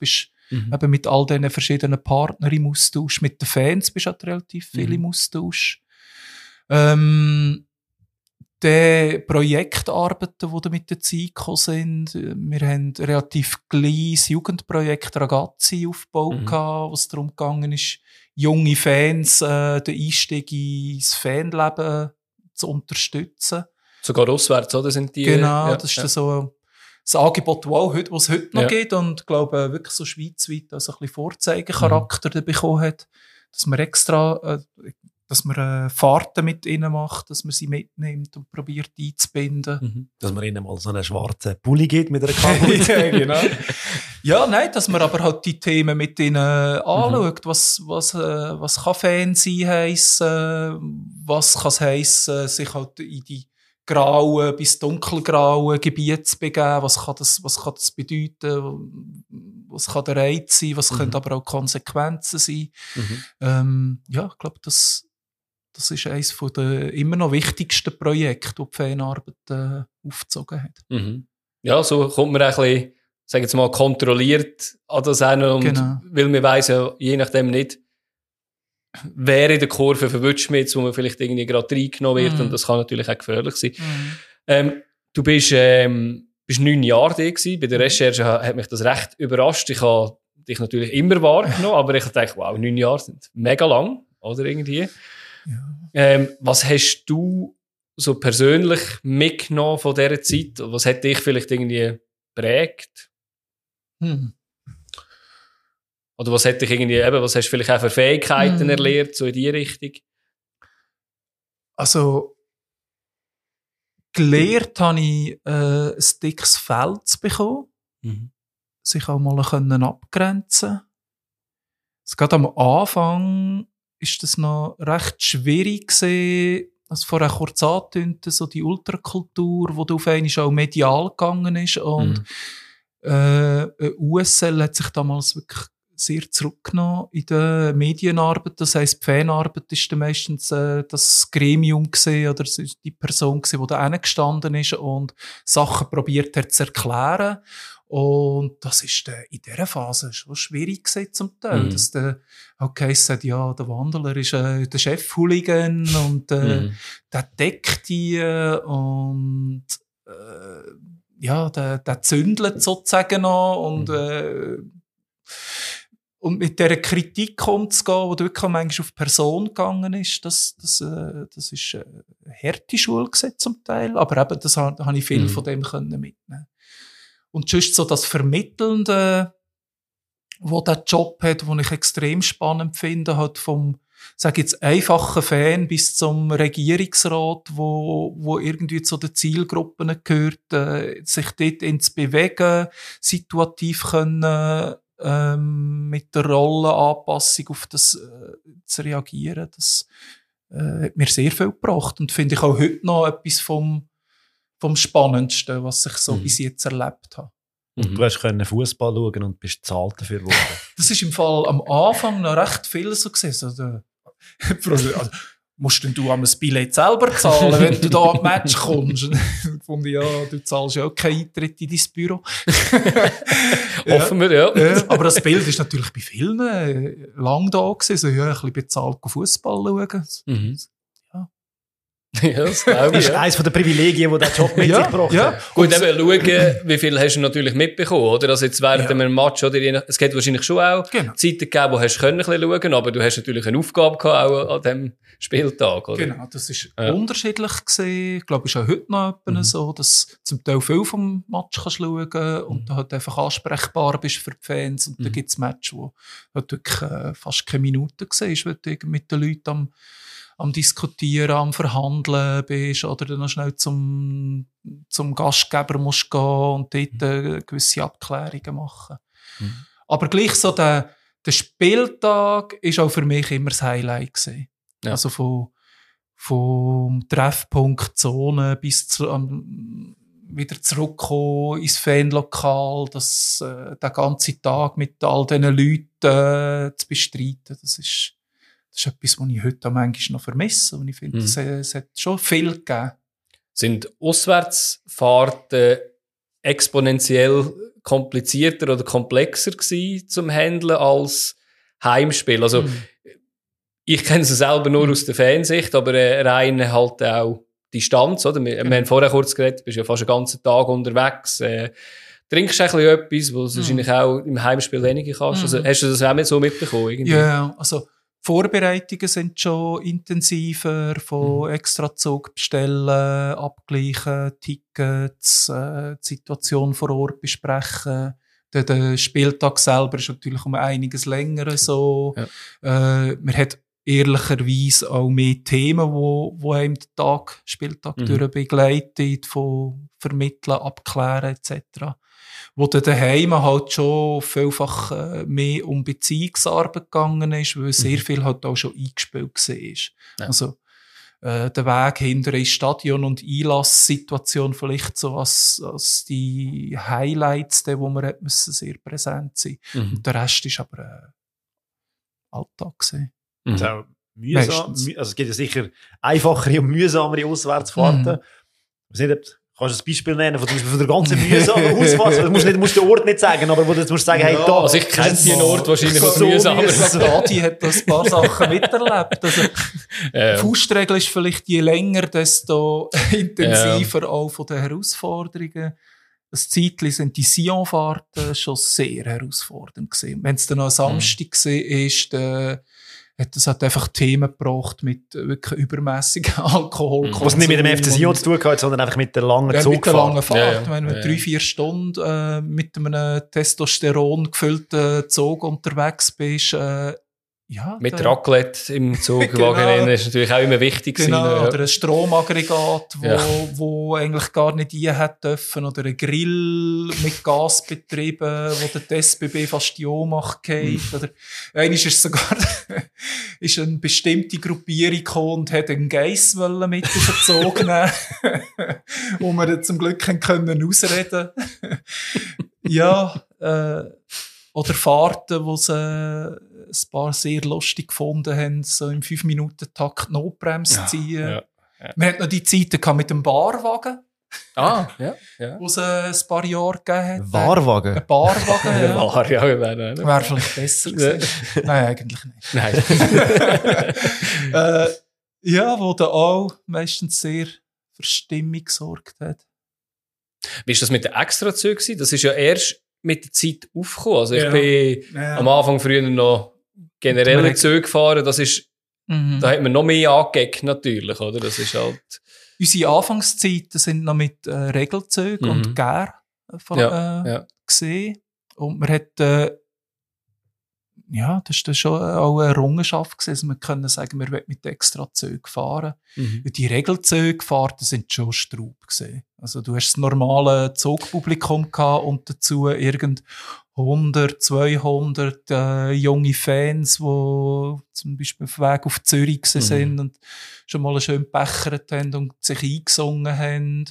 Mhm. Eben mit all diesen verschiedenen Partnern im Austausch. Mit den Fans bist du halt relativ viel mhm. im Austausch. Ähm, die Projektarbeiten, die mit der Zeit gekommen sind, wir haben relativ kleines Jugendprojekt Ragazzi aufgebaut, mhm. wo es darum gegangen ist, junge Fans äh, den Einstieg ins Fanleben zu unterstützen. Sogar auswärts, oder? Sind die, genau, ja, das ist ja. so das Angebot, das heute, es heute noch ja. gibt und ich glaube wirklich so schweizweit also ein bisschen Vorzeigecharakter mhm. bekommen hat, dass man extra äh, dass man äh, Fahrten mit ihnen macht, dass man sie mitnimmt und probiert einzubinden. Mhm. Dass man ihnen mal so einen schwarzen Pulli gibt mit einer Kamera. ja, genau. Ja, nein, dass man aber halt die Themen mit ihnen anschaut. Mhm. Was, was, äh, was kann Fernsehen heissen? Was kann es heissen, sich halt in die grauen bis dunkelgrauen Gebiete zu begeben? Was kann das, was kann das bedeuten? Was kann der Reiz sein? Was mhm. können aber auch Konsequenzen sein? Mhm. Ähm, ja, ich glaube, das Das ist eines der immer noch wichtigsten Projekte, die die Fanarbeit äh, aufgezogen hat. Mhm. Ja, so kommt man ein bisschen, sagen wir mal, kontrolliert an das hin. Und genau. Weil wir weiss ja je nachdem nicht, wer in der Kurve verwünscht mit, wo man vielleicht irgendwie gerade reingenommen wird. Mhm. Und das kann natürlich auch gefährlich sein. Mhm. Ähm, du bist, ähm, bist neun Jahre da gewesen. Bei der Recherche hat mich das recht überrascht. Ich habe dich natürlich immer wahrgenommen, aber ich dachte, wow, neun Jahre sind mega lang, oder irgendwie. Ja. Ähm, was hast du so persönlich mitgenommen von dieser Zeit? Was hat dich vielleicht irgendwie geprägt? Hm. Oder was hat dich irgendwie, eben, was hast du vielleicht auch für Fähigkeiten hm. erlernt, so in die Richtung? Also, gelernt habe ich, äh, ein dickes Feld zu bekommen. Mhm. Sich auch mal können abgrenzen. Also, gerade am Anfang ist das noch recht schwierig gewesen, als vorher kurz angedeutet, so die Ultrakultur, die auf einmal auch medial gegangen ist. Und mhm. äh, U S L hat sich damals wirklich sehr zurückgenommen in der Medienarbeit. Das heisst, die Fanarbeit ist dann meistens äh, das Gremium gewesen, oder die Person gewesen, die da hingestanden ist und Sachen probiert hat zu erklären. Und das ist äh, in dieser Phase schon schwierig gewesen zum Teil. Mhm. Dass der, okay, sagt, ja, der Wanderer ist äh, der Chef-Hooligan und äh, mhm. der deckt die äh, und äh, ja, der, der zündelt sozusagen noch und mhm. äh, und mit dieser Kritik umzugehen, die wirklich manchmal auf die Person gegangen ist, das, das, äh, das ist eine harte Schule gewesen zum Teil. Aber eben, das habe hab ich viel mhm. von dem können mitnehmen. Und sonst so das Vermittelnde, wo der Job hat, den ich extrem spannend finde, halt vom, sag jetzt, einfachen Fan bis zum Regierungsrat, wo, wo irgendwie zu den Zielgruppen gehört, äh, sich dort ins Bewegen, situativ können, ähm, mit der Rollenanpassung auf das äh, zu reagieren. Das äh, hat mir sehr viel gebracht und finde ich auch heute noch etwas vom vom Spannendsten, was ich so mhm. bis jetzt erlebt habe. Und du hast Fußball schauen und bist bezahlt dafür worden. Das ist im Fall am Anfang noch recht viel so gewesen. Also, also, musst denn du am Billett selber zahlen, wenn du da am Match kommst? Ich fand, ja, du zahlst ja auch keinen Eintritt in dein Büro. Hoffen wir, ja. ja. Aber das Bild ist natürlich bei vielen äh, lang da gewesen. So, ja, ein bisschen bezahlt Fußball schauen. Mhm. Ja, das, das ist ja. eines der Privilegien, die der Job mit ja, sich gebracht ja. hat. Gut, eben schauen, wie viel hast du natürlich mitbekommen, oder? Also jetzt während ja. einem Match, oder? Es geht wahrscheinlich schon auch genau. Zeiten gegeben, wo hast du können schauen, aber du hast natürlich eine Aufgabe gehabt, auch an diesem Spieltag, oder? Genau, das ist ja. unterschiedlich gewesen. Ich glaube, es ist auch heute noch mhm. so, dass zum Teil viel vom Match kannst schauen und mhm. du halt einfach ansprechbar bist für die Fans. Und mhm. dann gibt es Matches, wo halt wirklich äh, fast keine Minute siehst, wenn du mit den Leuten am am Diskutieren, am Verhandeln bist oder dann noch schnell zum, zum Gastgeber musst gehen und dort äh, gewisse Abklärungen machen. Mhm. Aber gleich so der, der Spieltag ist auch für mich immer das Highlight gewesen. Ja. Also von, vom Treffpunkt Zone bis zu, um, wieder zurückkommen ins Fanlokal, das, äh, den ganzen Tag mit all diesen Leuten äh, zu bestreiten, das ist Das ist etwas, was ich heute auch manchmal noch vermisse. Und ich finde, mhm. es, es hat schon viel gegeben. Sind Auswärtsfahrten exponentiell komplizierter oder komplexer gewesen zum Handeln als Heimspiel. Also, mhm. ich kenne es selber nur aus der Fansicht, aber äh, rein halt auch Distanz, oder? Wir, mhm. wir haben vorher kurz geredet, du bist ja fast den ganzen Tag unterwegs, äh, trinkst ein bisschen etwas, was du mhm. wahrscheinlich auch im Heimspiel weniger kannst. Mhm. Also, hast du das auch nicht so mitbekommen? Irgendwie? Ja, also Vorbereitungen sind schon intensiver, von mhm. Extrazug bestellen, abgleichen, Tickets, äh, die Situation vor Ort besprechen. Der, der Spieltag selber ist natürlich um einiges länger so. Ja. Äh, man hat ehrlicherweise auch mehr Themen, wo, wo einem den Tag, Spieltag mhm. durch begleitet, von Vermitteln, Abklären et cetera. Wo dann daheim halt schon vielfach äh, mehr um Beziehungsarbeit gegangen ist, weil sehr mhm. viel halt auch schon eingespielt war. Ja. Also, äh, der Weg hinter ins Stadion und Einlasssituation vielleicht so als, als die Highlights, die, wo man hat müssen sehr präsent sein. Mhm. Und der Rest ist aber äh, Alltag gewesen. Mhm. Also, mühsam, also es gibt ja sicher einfachere und mühsamere Auswärtsfahrten. Mhm. Ich weiß nicht, ob kannst du ein Beispiel nennen von, von der ganzen mühsamen Ausfahrt? Du musst, nicht, musst den Ort nicht sagen, aber wo du musst sagen, hey, ja, da. Also ich kenne den Ort wahrscheinlich so mühsam. Adi hat das ein paar Sachen miterlebt. Also, ja. Die Faustregel ist vielleicht, je länger, desto intensiver ja. auch von den Herausforderungen. Das Zeitchen sind die Sionfahrten schon sehr herausfordernd gewesen. Wenn es dann noch am Samstag mhm. ist, dann hat es halt einfach Themen gebracht mit wirklich übermäßigem Alkohol. Was nicht mit dem F C Sion zu tun hat, sondern einfach mit der langen ja, Zugfahrt. Mit der langen Fahrt. Ja, ja. Wenn du ja. drei, vier Stunden äh, mit einem Testosteron gefüllten Zug unterwegs bist, äh, ja, mit der Raclette im Zugwagen genau. ist natürlich auch immer wichtig. Genau, gewesen, ja. Oder ein Stromaggregat, wo, ja. wo eigentlich gar nicht rein hat dürfen. Oder ein Grill mit Gas betrieben, wo der S B B fast die Ohnmacht geht. Mhm. Oder einmal ist sogar ist eine bestimmte Gruppierung gekommen und hat einen Geiss mit auf den Zug nehmen, wo wir dann zum Glück können ausreden. Ja, äh, oder Fahrten, wo sie ein paar sehr lustig gefunden haben, so im fünf Minuten Takt Notbremse ja, ziehen. Ja, ja. Man hat noch die Zeiten mit dem Barwagen. Ah, ja, ja. Wo es ein paar Jahre gegeben hat. Barwagen? Ein Barwagen, ja. Bar, ja, wäre wär vielleicht besser gewesen. Nein, eigentlich nicht. Nein. äh, ja, wo dann auch meistens sehr für Stimmung gesorgt hat. Wie war das mit den Extrazügen? Das ist ja erst mit der Zeit aufgekommen. Also ich ja. bin ja. am Anfang früher noch generelle Züge gefahren. Das ist, mhm. da hat man noch mehr angegeben, natürlich, oder? Das ist halt... Unsere Anfangszeiten sind noch mit äh, Regelzügen mhm. und Gär äh, ja. äh, ja. gesehen. Und man hat, äh, ja, das war schon auch eine Errungenschaft gewesen. Also man können sagen, wir wollen mit Extrazügen fahren. Mhm. Die Regelzüge-Fahrten sind schon Straub gewesen. Also du hast das normale Zugpublikum gehabt und dazu irgend hundert, zweihundert äh, junge Fans, die zum Beispiel auf dem Weg auf Zürich mhm. sind und schon mal schön gebechert haben und sich eingesungen haben.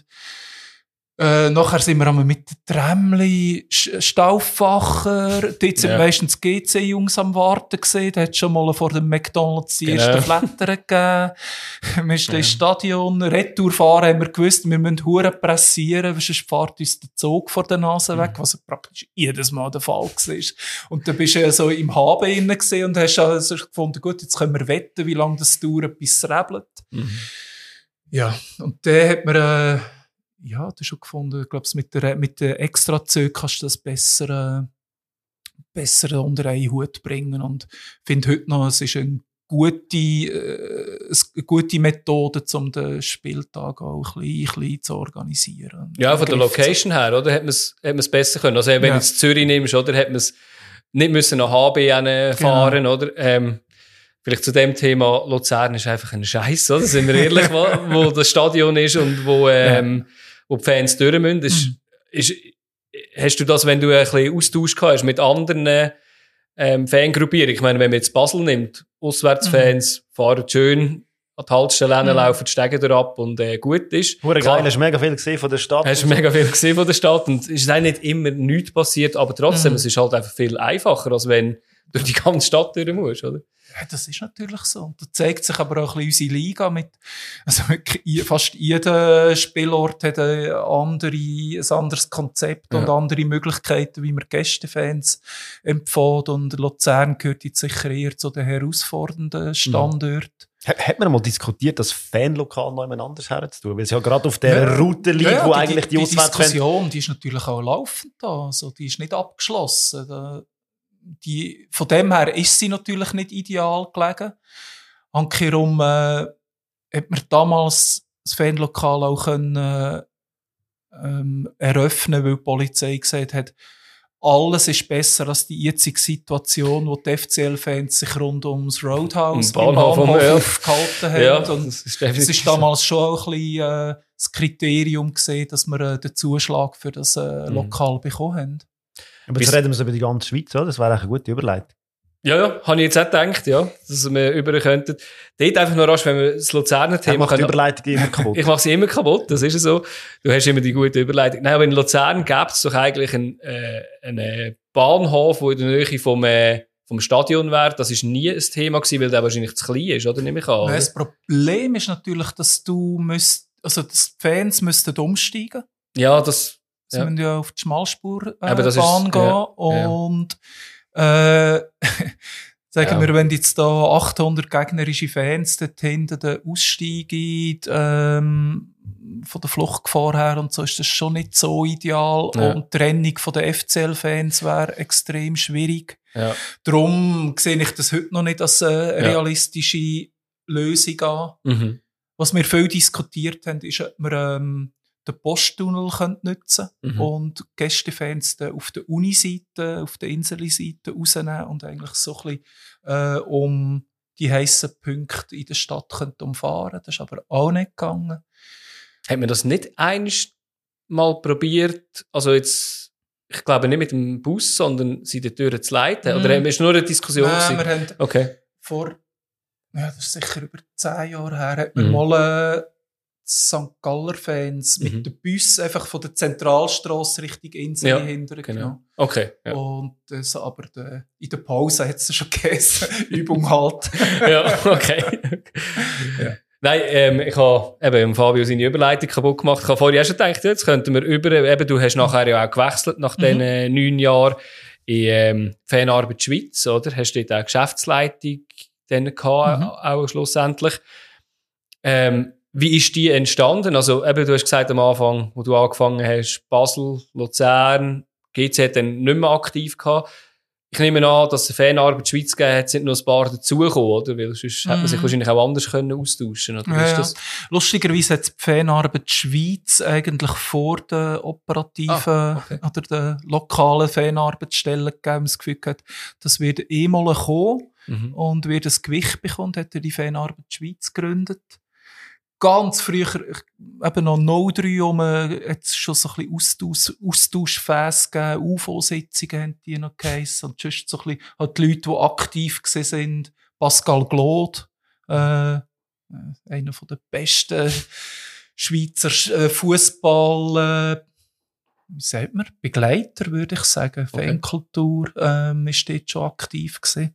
Äh, nachher sind wir einmal mit den Trämli, Stauffacher, dort sind ja. meistens G C-Jungs am Warten gesehen, da hat schon mal vor dem McDonalds die genau. ersten Flattern gegeben. Wir sind ja. ins Stadion, Retour fahren, haben wir gewusst, wir müssen Huren pressieren, sonst fährt uns der Zug vor der Nase weg, mhm. was praktisch jedes Mal der Fall war. Und dann bist du ja so im H B innen gesehen und hast also gefunden, gut, jetzt können wir wetten, wie lange das dauert, bis es rebelt. Mhm. Ja, und dann hat man, äh, ja, du hast schon gefunden, ich glaube, mit der, mit den Extrazügen kannst du das besser, äh, besser unter einen Hut bringen. Und ich finde heute noch, es ist eine gute, äh, eine gute Methode, um den Spieltag auch ein bisschen, ein bisschen zu organisieren. Ja, von der Location her, oder? Hat man es besser können. Also, wenn ja. du jetzt Zürich nimmst, oder? Hat man es nicht müssen nach H B fahren, genau. oder? Ähm, Vielleicht zu dem Thema, Luzern ist einfach ein Scheiß, oder? Sind wir ehrlich, wo, wo das Stadion ist und wo, ähm, ja. wo die Fans durch müssen. Ist, mhm. ist, hast du das, wenn du ein bisschen Austausch gehabt hast mit anderen ähm, Fangruppierungen? Ich meine, wenn man jetzt Basel nimmt, Auswärtsfans mhm. fahren schön an die Haltestelle, mhm. laufen die Stege durch ab und äh, gut ist. Hure geil, hast du mega viel gesehen von der Stadt. Hast du mega viel gesehen von der Stadt und es ist auch nicht immer nichts passiert, aber trotzdem, mhm. es ist halt einfach viel einfacher, als wenn durch die ganze Stadt durch musst, oder? Ja, das ist natürlich so. Und da zeigt sich aber auch ein bisschen unsere Liga mit, also wirklich fast jeder Spielort hat ein, andere, ein anderes Konzept ja. und andere Möglichkeiten, wie man Gästefans empfiehlt. Und Luzern gehört jetzt sicher eher zu den herausfordernden Standorten. Mhm. Hat man mal diskutiert, das Fanlokal noch jemand anders herzutun? Weil es ja gerade auf der ja, Route liegt, ja, wo die, eigentlich die, die Auswärtsfans... Die Diskussion, die ist natürlich auch laufend da. Also, die ist nicht abgeschlossen. Da, die, von dem her ist sie natürlich nicht ideal gelegen. Ankerum äh, hat man damals das Fanlokal auch können, äh, ähm, eröffnen, weil die Polizei gesagt hat, alles ist besser als die jetzige Situation, wo die F C L-Fans sich rund ums Roadhouse im Bahnhof, im Bahnhof ja. aufgehalten haben. Ja, und das ist, das ist damals schon auch ein bisschen äh, das Kriterium gesehen, dass wir äh, den Zuschlag für das äh, Lokal mhm. bekommen haben. Aber jetzt reden wir so über die ganze Schweiz, oder? Das wäre eine gute Überleitung. Ja, ja, habe ich jetzt auch gedacht, ja, dass wir über könnten. Dort einfach nur rasch, wenn wir das Luzerner Thema... Ich mache die Überleitung immer kaputt. Ich mache sie immer kaputt, das ist ja so. Du hast immer die gute Überleitung. Nein, aber in Luzern gäbe es doch eigentlich einen, äh, einen Bahnhof, der in der Nähe vom, äh, vom Stadion wäre. Das ist nie ein Thema gewesen, weil der wahrscheinlich zu klein ist, oder? Nehme ich an. Nein, das Problem ist natürlich, dass du müsst, also dass die Fans müssten umsteigen. Ja, das... Sie ja. müssen ja auf die Schmalspurbahn äh, ist, gehen ja, und ja. Äh, sagen ja. wir, wenn jetzt da achthundert gegnerische Fans dort hinten den Ausstieg ähm, von der Fluchtgefahr her und so, ist das schon nicht so ideal. Ja. Und die Trennung von den F C L-Fans wäre extrem schwierig. Ja. Darum sehe ich das heute noch nicht als eine realistische ja. Lösung an. Mhm. Was wir viel diskutiert haben, ist, ob wir ähm, den Posttunnel nutzen können mhm. und Gästefans auf der Uni-Seite, auf der Insel-Seite rausnehmen und eigentlich so ein bisschen äh, um die heissen Punkte in der Stadt umfahren. Das ist aber auch nicht gegangen. Hat man das nicht einmal mal probiert, also jetzt, ich glaube nicht mit dem Bus, sondern sie die Türen zu leiten? Mm. Oder haben wir nur eine Diskussion? Nein, wir haben okay. vor, ja, das ist sicher über zehn Jahre her, hat man mm. mal äh, Sankt Galler Fans mit mm. den Bus einfach von der Zentralstrasse Richtung Insel ja, hinterher genau. genommen. Okay. Ja. Und das, aber de, in der Pause hat es schon gegessen. Übung halt. Ja, okay. ja. Nein, ähm, ich habe eben Fabio seine Überleitung kaputt gemacht. Ich habe vorher schon gedacht, jetzt könnten wir über, eben, du hast nachher ja auch gewechselt nach mhm. diesen äh, neun Jahren in ähm, Fanarbeit Schweiz, oder? Hast du dort auch Geschäftsleitung dann gehabt, mhm. auch schlussendlich. Ähm, wie ist die entstanden? Also eben, du hast gesagt am Anfang, wo du angefangen hast, Basel, Luzern, G Z hat dann nicht mehr aktiv gehabt. Ich nehme an, dass es Fanarbeit Schweiz gegeben hat, sind noch ein paar dazugekommen, oder? Weil sonst mm. hätte man sich wahrscheinlich auch anders können austauschen können. Ja, das? Ja. Lustigerweise hat es die Fanarbeit Schweiz eigentlich vor den operativen ah, okay. oder den lokalen Fanarbeitsstellen gegeben, das Gefühl gehabt, das wird eh mal kommen mhm. und wird ein Gewicht bekommen, hat er die Fanarbeit Schweiz gegründet. Ganz früher, eben noch null drei um, hat es schon so ein bisschen Austausch, Austauschfässe gegeben, U F O-Sitzungen haben die noch geheissen. Und sonst so ein bisschen, halt die Leute, die aktiv gewesen sind. Pascal Glaud, äh, einer der besten Schweizer äh, Fußball, äh, wie sagt man, Begleiter, würde ich sagen. Okay. Fankultur, ähm, ist dort schon aktiv gewesen.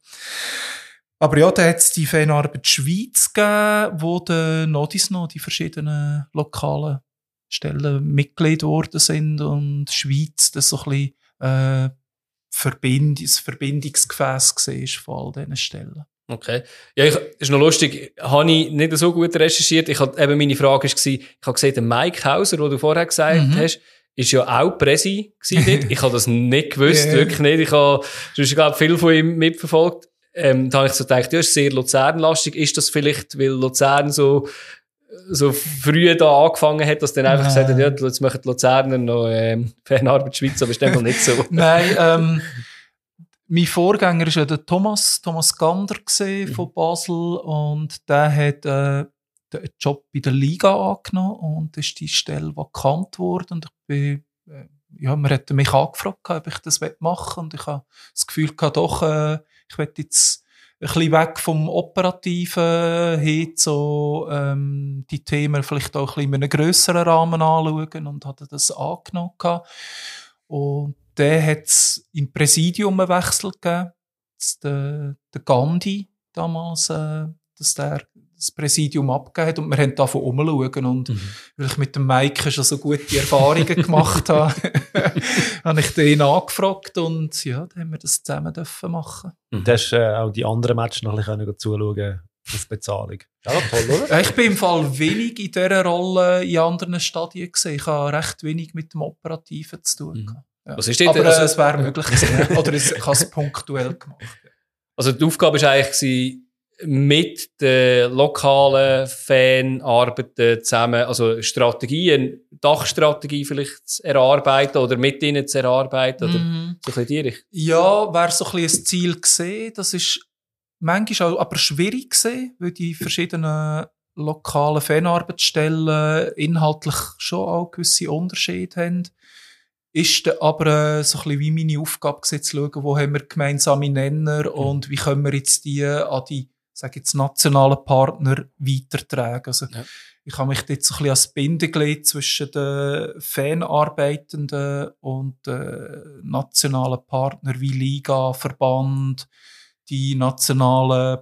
Aber ja, da hat es die Fanarbeit Schweiz gegeben, wo der Nodis noch die verschiedenen lokalen Stellen Mitglied geworden sind und Schweiz das so ein bisschen äh, Verbind- das Verbindungsgefäß war von all diesen Stellen. Okay. Ja, ich, ist noch lustig, habe ich nicht so gut recherchiert. Ich hatte eben meine Frage war, ich habe gesehen, der Mike Hauser, den du vorher gesagt mhm. hast, ist ja auch Präsi dort. Ich habe das nicht gewusst, yeah. wirklich nicht. Ich habe, ich glaube, viel von ihm mitverfolgt. Ähm, da habe ich so gedacht, ja, ist sehr Luzernlastig. Ist das vielleicht, weil Luzern so, so früh da angefangen hat, dass dann einfach gesagt hat, ja, jetzt machen die Luzerner noch ähm, Fanarbeit Schweiz, aber ist einfach nicht so. Nein, ähm, mein Vorgänger war ja der Thomas, Thomas Gander gewesen, von Basel und der hat äh, den Job bei der Liga angenommen und ist die Stelle vakant geworden und ich bin, äh, ja, man hat mich angefragt, ob ich das machen will und ich habe das Gefühl gehabt, doch, äh, ich will jetzt ein bisschen weg vom Operativen hin so ähm, die Themen vielleicht auch ein bisschen in einem grösseren Rahmen anschauen und hatte das angenommen gehabt. Und dann hat es im Präsidium einen Wechsel gegeben. der, der Gandhi damals, äh, dass der das Präsidium abgegeben hat und wir haben davon umschauen und mhm. weil ich mit dem Mike schon so gute Erfahrungen gemacht habe, habe ich den angefragt und ja, dann haben wir das zusammen dürfen machen. Und du hast äh, auch die anderen Matches noch ein bisschen zuschauen auf Bezahlung. Ja, toll, oder? Ich bin im Fall wenig in dieser Rolle in anderen Stadien gesehen. Ich habe recht wenig mit dem Operativen zu tun. Mhm. Ja. Was ist denn, aber also, äh, es wäre möglich gewesen. Oder ich habe es punktuell gemacht. Also die Aufgabe war eigentlich, mit den lokalen Fanarbeiten zusammen, also Strategien, Dachstrategie vielleicht zu erarbeiten oder mit ihnen zu erarbeiten oder mm. so ein bisschen die Richtung? Ja, wäre so ein bisschen ein Ziel gesehen. Das ist manchmal auch aber schwierig gesehen, weil die verschiedenen lokalen Fanarbeitsstellen inhaltlich schon auch gewisse Unterschiede haben. Ist aber äh, so ein bisschen wie meine Aufgabe gewesen, zu schauen, wo haben wir gemeinsame Nenner mm. und wie können wir jetzt die an die sage jetzt, nationalen Partner weitertragen. Also, ja. Ich habe mich dort so ein bisschen als Bindeglied zwischen den Fanarbeitenden und den nationalen Partnern wie Liga, Verband, die nationalen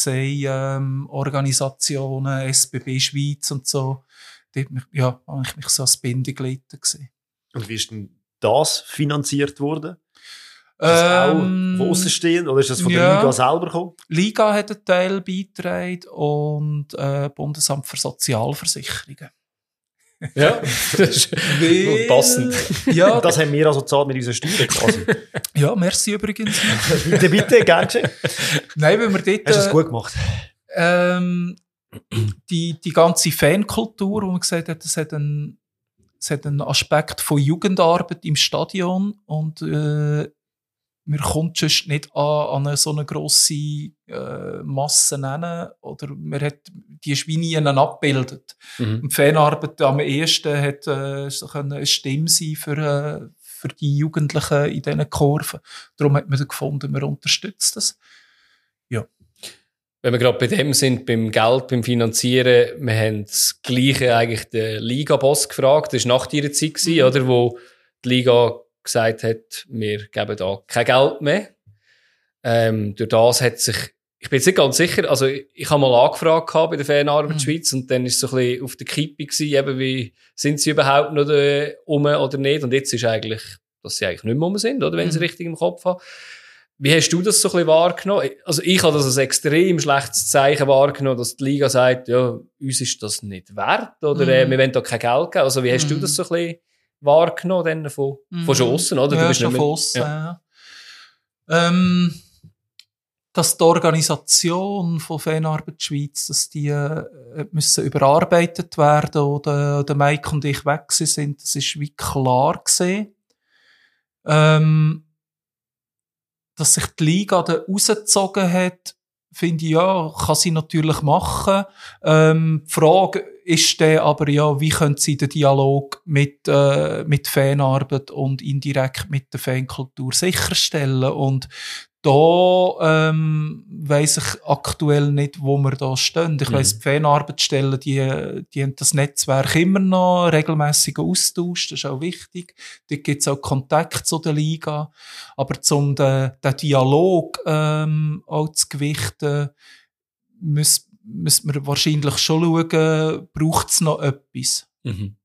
Polizeiorganisationen, ähm, S B B Schweiz und so. Dort ja, habe ich mich so als Bindeglied gesehen. Und wie ist denn das finanziert worden? Ist das ähm, auch von aussen stehend oder ist das von der ja, Liga selber gekommen? Liga hat einen Teil beigetragen und äh, Bundesamt für Sozialversicherungen. Ja, das ist Weil, passend. Ja, das haben wir also gezahlt mit unseren Steuern quasi. Ja, merci übrigens. bitte, bitte, gerne geschehen. Nein, wenn wir dort... Hast du es gut gemacht? Ähm, die, die ganze Fankultur, wo man gesagt hat, es hat einen, es hat einen Aspekt von Jugendarbeit im Stadion und äh, man kommt sonst nicht an, an eine so eine grosse äh, Masse nennen oder man hat die Schweine abgebildet. Mhm. Und die Fanarbeit am ehesten hat äh, so eine Stimme sein für, äh, für die Jugendlichen in diesen Kurven. Darum hat man gefunden, man unterstützt das. Ja. Wenn wir gerade bei dem sind, beim Geld, beim Finanzieren, wir haben das Gleiche eigentlich den Liga-Boss gefragt. Das war nach ihrer Zeit, mhm. oder, wo die Liga gesagt hat, wir geben da kein Geld mehr. Ähm, durch das hat sich, ich bin jetzt nicht ganz sicher, also ich, ich habe mal angefragt bei der Fanarbeit mhm. Schweiz und dann ist es so ein bisschen auf der Kippe gewesen, eben wie, sind sie überhaupt noch da rum oder nicht? Und jetzt ist eigentlich, dass sie eigentlich nicht mehr rum sind, oder, wenn mhm. sie richtig im Kopf haben. Wie hast du das so ein bisschen wahrgenommen? Also ich habe das als extrem schlechtes Zeichen wahrgenommen, dass die Liga sagt, ja, uns ist das nicht wert, oder mhm. äh, wir wollen da kein Geld geben. Also wie hast mhm. du das so ein bisschen wahrgenommen dann von, mm. von Schossen, oder? Ja, du bist schon nicht von aussen, ja. ja. Ähm, dass die Organisation von Fanarbeit Schweiz, dass die äh, müssen überarbeitet werden oder der Mike und ich weg sind, das ist wie klar gesehen. Ähm, dass sich die Liga da rausgezogen hat, finde ich, ja, kann sie natürlich machen. Ähm, die Frage ist dann aber, ja, wie können sie den Dialog mit, äh, mit Fanarbeit und indirekt mit der Fankultur sicherstellen? Und da ähm, weiss ich aktuell nicht, wo wir da stehen. Ich mhm. weiss, die Fanarbeitsstellen, die, die haben das Netzwerk immer noch, regelmäßigen Austausch, das ist auch wichtig. Dort gibt es auch Kontakt zu der Liga. Aber um den, den Dialog ähm, auch zu gewichten, müssen müssen wir wahrscheinlich schon schauen, braucht es noch etwas. Mhm.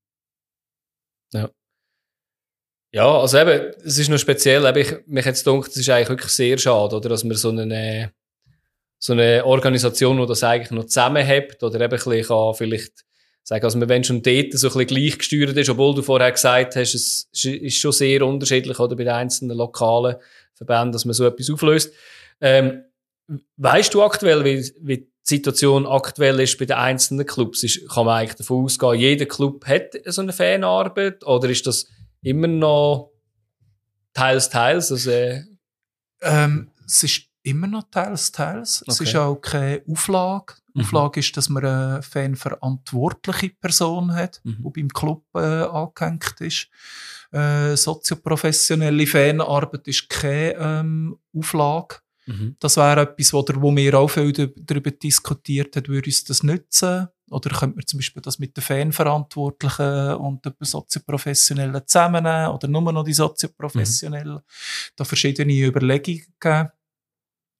Ja. Ja, also eben, es ist noch speziell, eben, ich, mich jetzt gedacht, es ist eigentlich wirklich sehr schade, oder, dass man so eine, so eine Organisation, die das eigentlich noch zusammenhält, oder eben ein bisschen kann vielleicht sagen, also wenn schon dort so ein bisschen gleichgesteuert ist, obwohl du vorher gesagt hast, es ist schon sehr unterschiedlich, oder, bei den einzelnen lokalen Verbänden, dass man so etwas auflöst. Ähm, weißt du aktuell, wie, wie die Situation aktuell ist bei den einzelnen Clubs? Ist, kann man eigentlich davon ausgehen, jeder Club hat so eine Fanarbeit, oder ist das immer noch teils, teils? Also, äh ähm, es ist immer noch teils, teils. Okay. Es ist auch keine Auflage. Die mhm. Auflage ist, dass man eine fanverantwortliche Person hat, mhm. die beim Club äh, angehängt ist. Äh, sozioprofessionelle Fanarbeit ist keine ähm, Auflage. Mhm. Das wäre etwas, wo, der, wo wir auch viel darüber diskutiert haben, würde uns das nützen? Oder könnte man zum Beispiel das mit den Fanverantwortlichen und den Sozioprofessionellen zusammennehmen oder nur noch die Sozioprofessionellen? Mhm. Da verschiedene Überlegungen geben.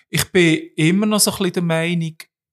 Ich bin immer noch so ein bisschen der Meinung,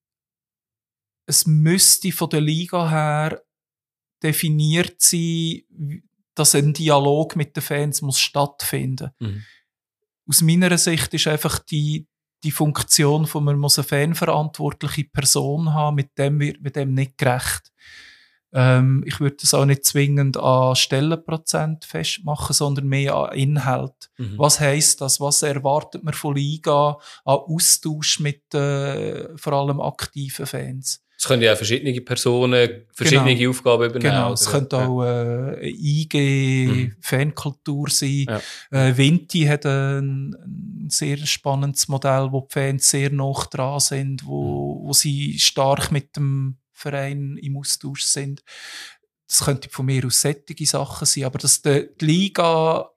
es müsste von der Liga her definiert sein, dass ein Dialog mit den Fans muss stattfinden. Mhm. Aus meiner Sicht ist einfach die, die Funktion von man muss eine fanverantwortliche Person haben, mit dem wird mit dem nicht gerecht. Ähm, ich würde das auch nicht zwingend an Stellenprozent festmachen, sondern mehr an Inhalt. Mhm. Was heisst das? Was erwartet man von Liga an Austausch mit äh, vor allem aktiven Fans? Es können ja auch verschiedene Personen verschiedene genau. Aufgaben übernehmen. Genau, es könnte auch äh, I G, mhm. Fankultur sein. Ja. Äh, Vinti hat ein, ein sehr spannendes Modell, wo die Fans sehr nah dran sind, wo, wo sie stark mit dem Verein im Austausch sind. Das könnte von mir aus sättige Sachen sein, aber dass die, die Liga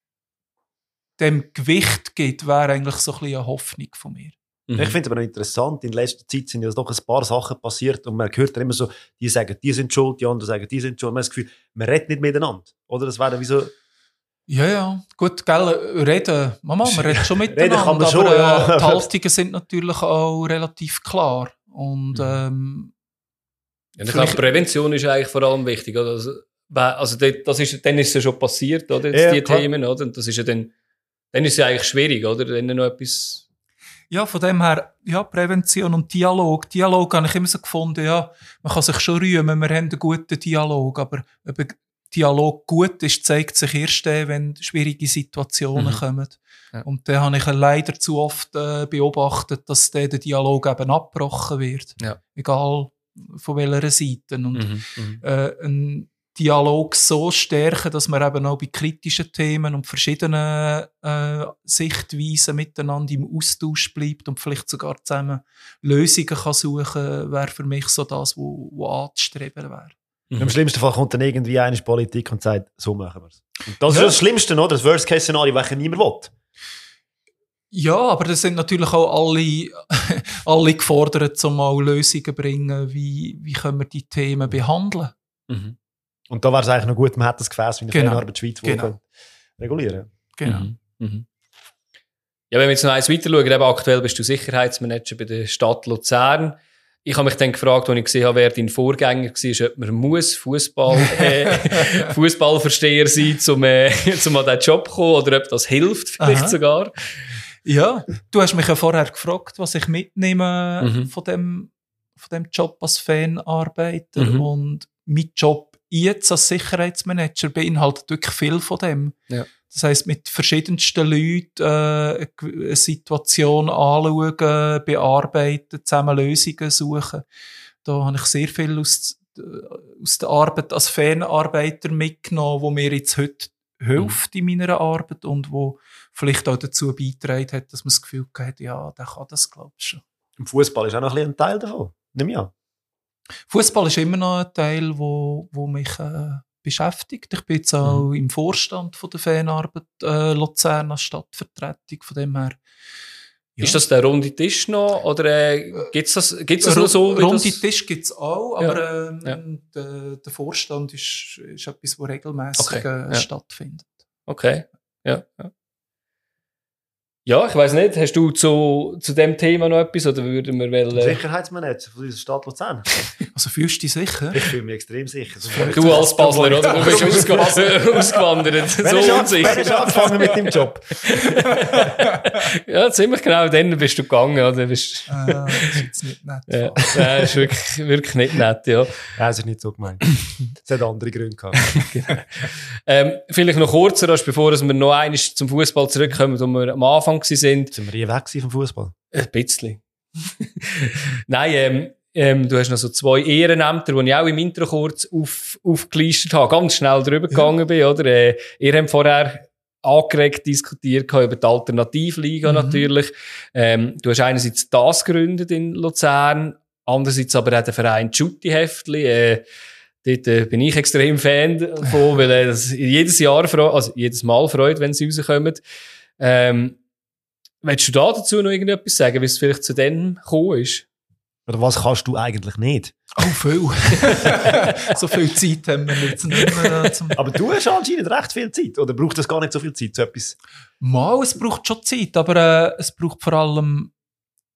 dem Gewicht gibt, wäre eigentlich so ein bisschen eine Hoffnung von mir. Mhm. Ich finde es aber noch interessant, in letzter Zeit sind ja doch ein paar Sachen passiert und man hört immer so, die sagen, die sind schuld, die anderen sagen, die sind schuld. Man hat das Gefühl, man redet nicht miteinander. Oder das wäre wie so... Ja, ja, gut, gell, reden, Mama, man redet schon miteinander, reden kann man schon, aber äh, ja. Die Haltungen sind natürlich auch relativ klar. Und, ähm, ja, ich glaube, Prävention ist eigentlich vor allem wichtig. Oder? Also, also das ist, dann ist es ja schon passiert, oder? Jetzt ja, die klar. Themen, oder? Und das ist ja dann, dann ist es ja eigentlich schwierig, oder? Wenn noch etwas... Ja, von dem her, ja, Prävention und Dialog. Dialog habe ich immer so gefunden, ja, man kann sich schon rühmen, wir haben einen guten Dialog, aber ob ein Dialog gut ist, zeigt sich erst dann, wenn schwierige Situationen mhm. kommen. Ja. Und dann habe ich leider zu oft äh, beobachtet, dass dann der Dialog eben abgebrochen wird. Ja. Egal von welcher Seite. Und mhm. Mhm. Äh, ein Dialog so stärken, dass man eben auch bei kritischen Themen und verschiedenen äh, Sichtweisen miteinander im Austausch bleibt und vielleicht sogar zusammen Lösungen kann suchen, wäre für mich so das, wo, wo anzustreben wäre. Mhm. Im schlimmsten Fall kommt dann irgendwie eine Politik und sagt, so machen wir es. Und das ja. ist das Schlimmste, oder? Das Worst-Case-Szenario, welches niemand will. Ja, aber das sind natürlich auch alle, alle gefordert, um auch Lösungen zu bringen, wie, wie können wir die Themen behandeln. Mhm. Und da wäre es eigentlich noch gut, man hat das Gefäß wie eine genau. Fanarbeit-Schweiz, die genau. regulieren. Genau. Mhm. Mhm. Ja, wenn wir jetzt noch eins weiter schauen, eben aktuell bist du Sicherheitsmanager bei der Stadt Luzern. Ich habe mich dann gefragt, als ich gesehen habe, wer dein Vorgänger war, ob man muss Fußball, äh, Fußballversteher sein, um, äh, um an diesen Job zu kommen, oder ob das hilft vielleicht Aha. sogar. Ja, du hast mich ja vorher gefragt, was ich mitnehme Mhm. von, dem, von dem Job als Fanarbeiter. Mhm. Und mein Job jetzt als Sicherheitsmanager beinhaltet wirklich viel von dem. Ja. Das heisst, mit verschiedensten Leuten äh, eine Situation anschauen, bearbeiten, zusammen Lösungen suchen. Da habe ich sehr viel aus, aus der Arbeit als Fanarbeiter mitgenommen, wo mir jetzt heute hilft in meiner Arbeit und wo vielleicht auch dazu beigetragen hat, dass man das Gefühl hat, ja, der kann das, glaube ich, schon. Im Fußball ist auch noch ein, bisschen ein Teil davon. Nimm ja. Fußball ist immer noch ein Teil, wo, wo mich äh, beschäftigt. Ich bin jetzt auch mhm. im Vorstand von der Fanarbeit äh, Luzern als Stadtvertretung. Von dem her. Ja. Ist das der runde Tisch noch? Oder äh, gibt es das, gibt's das noch so? Runde das... Tisch gibt es auch, aber ja. Ähm, ja. der, der Vorstand ist, ist etwas, das regelmässig okay. äh, ja. stattfindet. Okay, ja. ja. Ja, ich weiss nicht, hast du zu, zu dem Thema noch etwas, oder würden wir wollen... Sicherheitsmanager von dieser Stadt Luzern. Also fühlst du dich sicher? Ich fühle mich extrem sicher. Du als Basler, oder? Du bist ausge ausgewandert. So unsicher. Wann hast du angefangen mit deinem Job? Ja, ziemlich genau dann bist du gegangen. Oder? Bist... Äh, das ist jetzt nicht nett. Ja, das ist wirklich, wirklich nicht nett, ja. Ja, es ist nicht so gemeint. Es hat andere Gründe gehabt. Genau. Ähm, vielleicht noch kurzer, bevor wir noch einmal zum Fußball zurückkommen, wo wir am Anfang sind. Sind wir hier weg vom Fußball? Ein bisschen. Nein, ähm, ähm, du hast noch so zwei Ehrenämter, die ich auch im Intro kurz auf, aufgelistet habe, ganz schnell drüber ja. gegangen bin, oder? Äh, ihr habt vorher angeregt diskutiert über die Alternativliga mhm. natürlich. Ähm, du hast einerseits das gegründet in Luzern, andererseits aber auch den Verein Tschutti-Heftli. Äh, dort äh, bin ich extrem Fan davon, weil äh, das jedes Jahr, also jedes Mal freut, wenn sie rauskommen. Ähm, willst du da dazu noch irgendetwas sagen, wie es vielleicht zu dem gekommen ist? Oder was kannst du eigentlich nicht? Oh, viel. So viel Zeit haben wir jetzt nicht mehr. Zum aber du hast anscheinend recht viel Zeit. Oder braucht das gar nicht so viel Zeit, so etwas? Mal, es braucht schon Zeit, aber äh, es braucht vor allem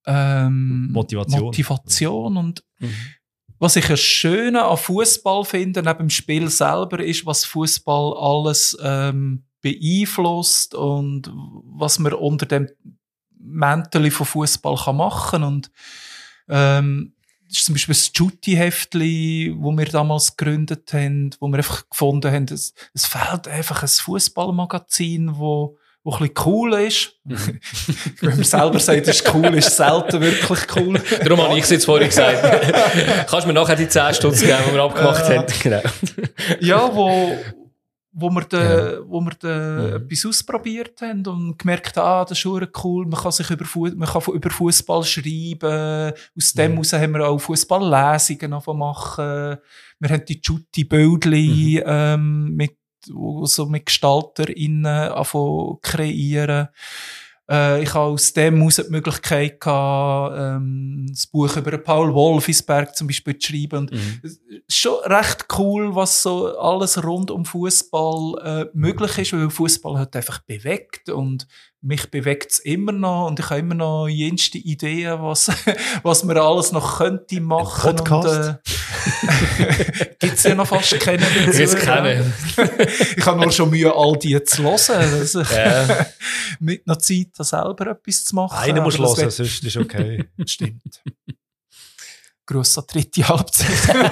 ähm, Motivation. Motivation. Und Mhm. was ich ein Schöne an Fußball finde, neben dem Spiel selber, ist, was Fußball alles ähm, beeinflusst und was man unter dem Mäntel von Fußball kann machen. Und ähm, das ist zum Beispiel das Jutti-Heftli, das wir damals gegründet haben, wo wir einfach gefunden haben, es, es fehlt einfach ein Fußballmagazin, wo wo ein bisschen cool ist. Wenn man selber sagt, es ist cool, ist es selten wirklich cool. Darum habe ich es jetzt vorhin gesagt. Kannst du mir nachher die zehn Stutz geben, die wir abgemacht äh, haben? Genau. Ja, wo, wo wir, de, Ja. wo wir de Mhm. etwas ausprobiert haben und gemerkt haben, ah, das ist schon cool, man kann sich über, Fu- man kann über Fußball schreiben. Aus dem heraus haben wir auch Fußballlesungen machen. Wir haben die Jutti-Bildli Mhm. ähm, mit wo so mit GestalterInnen anfangen kreieren. Äh, ich habe aus dem heraus die Möglichkeit gehabt, ähm, das Buch über Paul Wolfisberg zum Beispiel zu schreiben. Und Mhm. es ist schon recht cool, was so alles rund um Fußball äh, möglich ist, weil Fußball hat einfach bewegt und mich bewegt es immer noch und ich habe immer noch jenste Ideen, was, was man alles noch könnte machen. Ein Podcast? Und, äh, gibt's ja noch fast keinen dazu. Jetzt kennen. Ich habe nur schon Mühe, all die zu hören. Also, Ja. mit noch Zeit, da selber etwas zu machen. Einer muss Aber das hören, wird- sonst ist okay. Stimmt. Gruß an die dritte Halbzeit.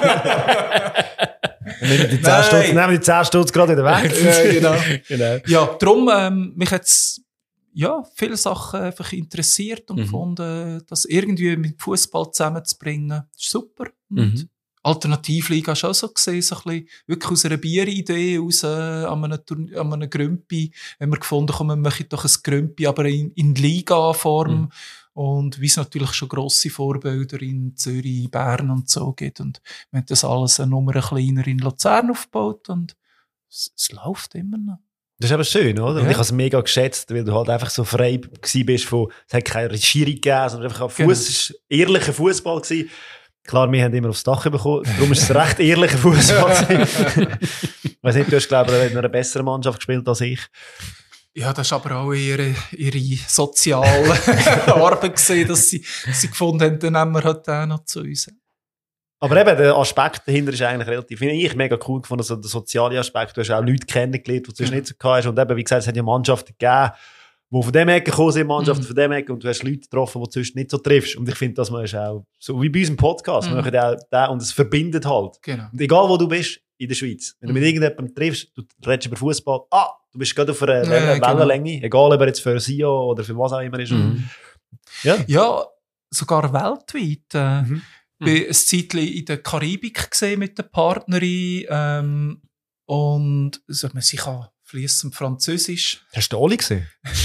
Nehmen die zehn Nein. Stutz, nehmen die zehn Stutz gerade wieder weg. Ja, genau. Genau. Ja, darum, ähm, mich hat's, ja, viele Sachen einfach interessiert und Mhm. gefunden, das irgendwie mit Fußball zusammenzubringen. Das ist super. Und Mhm. Alternativliga hast du auch so gesehen, so ein bisschen, wirklich aus einer Bieridee, aus, äh, an einem, Turn- an einem Grümpi, haben wir gefunden, komm, wir machen doch ein Grümpi, aber in, in Liga-Form. Mhm. Und wie es natürlich schon grosse Vorbilder in Zürich, Bern und so gibt. Und wir haben das alles eine Nummer kleiner in Luzern aufgebaut und es, es läuft immer noch. Das ist aber schön, oder? Und Ja. ich habe es mega geschätzt, weil du halt einfach so frei gewesen bist von, es hat keine Schiri gegeben, sondern einfach ein Genau. Fuß, es war ehrlicher Fußball gewesen. Klar, wir haben immer aufs Dach bekommen, darum ist es recht ehrlicher Fußball gewesen. Ich weiss nicht, du hast, glaube ich, in einer besseren Mannschaft gespielt als ich. Ja, das war aber auch ihre, ihre soziale Arbeit gewesen, dass sie, dass sie gefunden haben, dann nehmen wir halt auch noch zu uns. Aber eben, der Aspekt dahinter ist eigentlich relativ, finde ich, mega cool gefunden, also der soziale Aspekt. Du hast auch Leute kennengelernt, die du sonst Ja. nicht so gehabt hast. Und eben, wie gesagt, es hat ja Mannschaften gegeben, die von dem Ecke gekommen sind, Mannschaften Mhm. von dem Ecke, und du hast Leute getroffen, die du sonst nicht so triffst. Und ich finde, das ist auch, so wie bei unserem Podcast, Mhm. wir machen auch den, und es verbindet halt. Genau. Und egal, wo du bist, in der Schweiz. Wenn du Mhm. mit irgendjemandem triffst, du redest über Fußball, ah, du bist gerade auf einer Ja, Wellen- genau. Wellenlänge, egal ob er jetzt für Sio oder für was auch immer ist. Mhm. Ja. Ja, sogar weltweit. Äh, Mhm. bin ein Zeitchen in der Karibik gesehen mit der Partnerin ähm, und sag mal, sie kann fließend Französisch. Hast du Oli gesehen?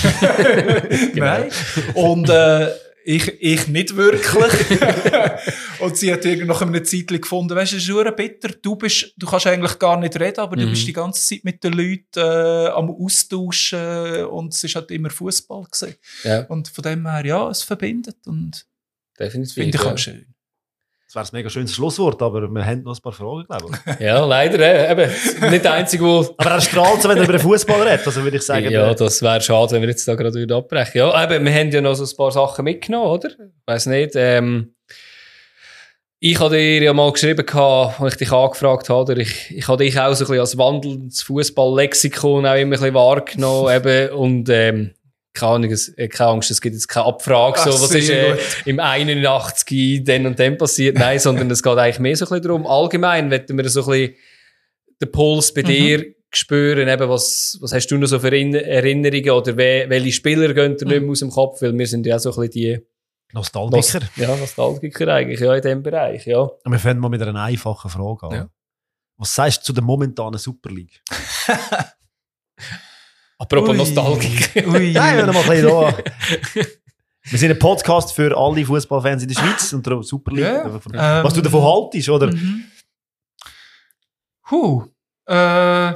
Nein. Und äh, ich, ich nicht wirklich. Und sie hat irgendwie nach einem Zeitchen gefunden, weißt du, es ist nur bitter, du bist, du kannst eigentlich gar nicht reden, aber du Mhm. bist die ganze Zeit mit den Leuten äh, am Austauschen und es ist halt immer Fußball gewesen. Ja, Und von dem her, ja, es verbindet und definitiv. finde ich ja. auch schön. Das wäre ein mega schönes Schlusswort, aber wir haben noch ein paar Fragen, glaube ich. Ja, leider. Äh, eben, nicht der Einzige, wo Aber er strahlt so, wenn er über den Fußball redet. Also würde ich sagen, ja, der- das wäre schade, wenn wir jetzt da gerade wieder abbrechen. Ja, eben, wir haben ja noch so ein paar Sachen mitgenommen, oder? Ich weiss nicht. Ähm, ich hatte dir ja mal geschrieben, gehabt, als ich dich angefragt habe, oder ich, ich habe dich auch so ein bisschen als wandelndes Fußball-Lexikon auch immer ein bisschen wahrgenommen. eben, und ähm, keine Ahnung, es, äh, keine Angst, es gibt jetzt keine Abfrage, so, Ach, was sehr ist äh, gut. im einundachtzig dann und dann passiert. Nein, sondern es geht eigentlich mehr so ein bisschen darum, allgemein wollen wir so ein bisschen den Puls bei Mhm. dir spüren, eben, was, was hast du noch so für Erinner- Erinnerungen oder we, welche Spieler gehen dir nicht mehr aus dem Kopf, weil wir sind ja auch so ein bisschen die Nostalgiker. Nost- ja, Nostalgiker eigentlich, ja, in diesem Bereich, ja. Und wir fangen mal mit einer einfachen Frage an. Ja. Was sagst du zu der momentanen Super League? Apropos Ui. Nostalgiker. Ui. Nein, wir noch mal ein bisschen da. Wir sind ein Podcast für alle Fußballfans in der Schweiz und darum Super League. Ja. Was du Ähm, davon haltest, oder? Mhm. Huh. Äh,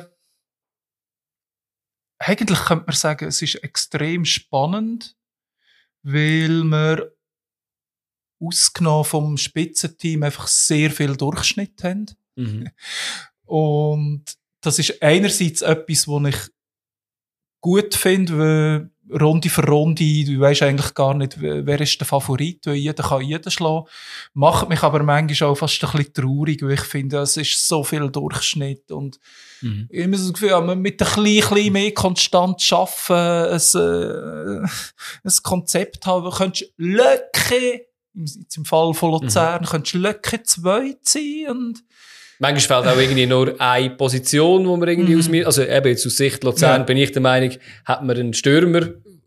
eigentlich könnte man sagen, es ist extrem spannend, weil wir ausgenommen vom Spitzenteam einfach sehr viel Durchschnitt haben. Mhm. Und das ist einerseits etwas, was ich gut finde, weil Runde für Runde, du weisst eigentlich gar nicht, wer ist der Favorit, weil jeder kann jeden schlagen. Macht mich aber manchmal auch fast ein bisschen traurig, weil ich finde, es ist so viel Durchschnitt und mhm. ich habe das Gefühl, ja, mit ein bisschen, bisschen mehr konstant arbeiten, ein, äh, ein Konzept haben, könntest du Löcke, jetzt im Fall von Luzern, mhm. könntest du Löcke zwei sein und manchmal fehlt auch irgendwie nur eine Position, wo man irgendwie mm. aus mir, also eben jetzt aus Sicht Luzern ja. bin ich der Meinung, hat man einen Stürmer,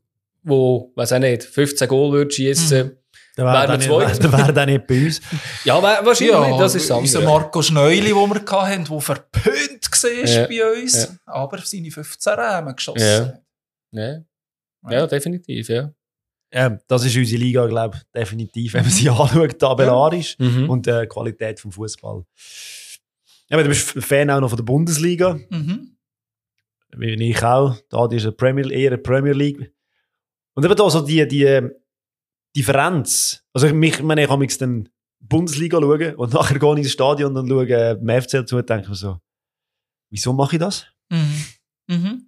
wo, weiß auch nicht, fünfzehn Goal würde schiessen, mm. dann wäre der nicht, wär der nicht bei uns. Ja, wahrscheinlich, ja, das ist das unser Marco Schneuli, den wir hatten, der verpönt war ja. bei uns, ja. aber seine fünfzehn Räume geschossen ja. Ja. Ja. ja, definitiv, ja. Ja, das ist unsere Liga, glaube ich, definitiv, wenn man sie anschaut, tabellarisch ja. mhm. und die äh, Qualität vom Fußball. Ja, aber du bist Fan auch noch von der Bundesliga. Mhm. Wie ich auch. Da ist eine Premier, eher eine Premier League. Und eben da so die, die Differenz. Also ich, mich, ich meine, ich kann mich dann Bundesliga schauen und nachher gehe ich ins Stadion und schaue dem F C L zu und denke mir so, wieso mache ich das? Mhm. Mhm.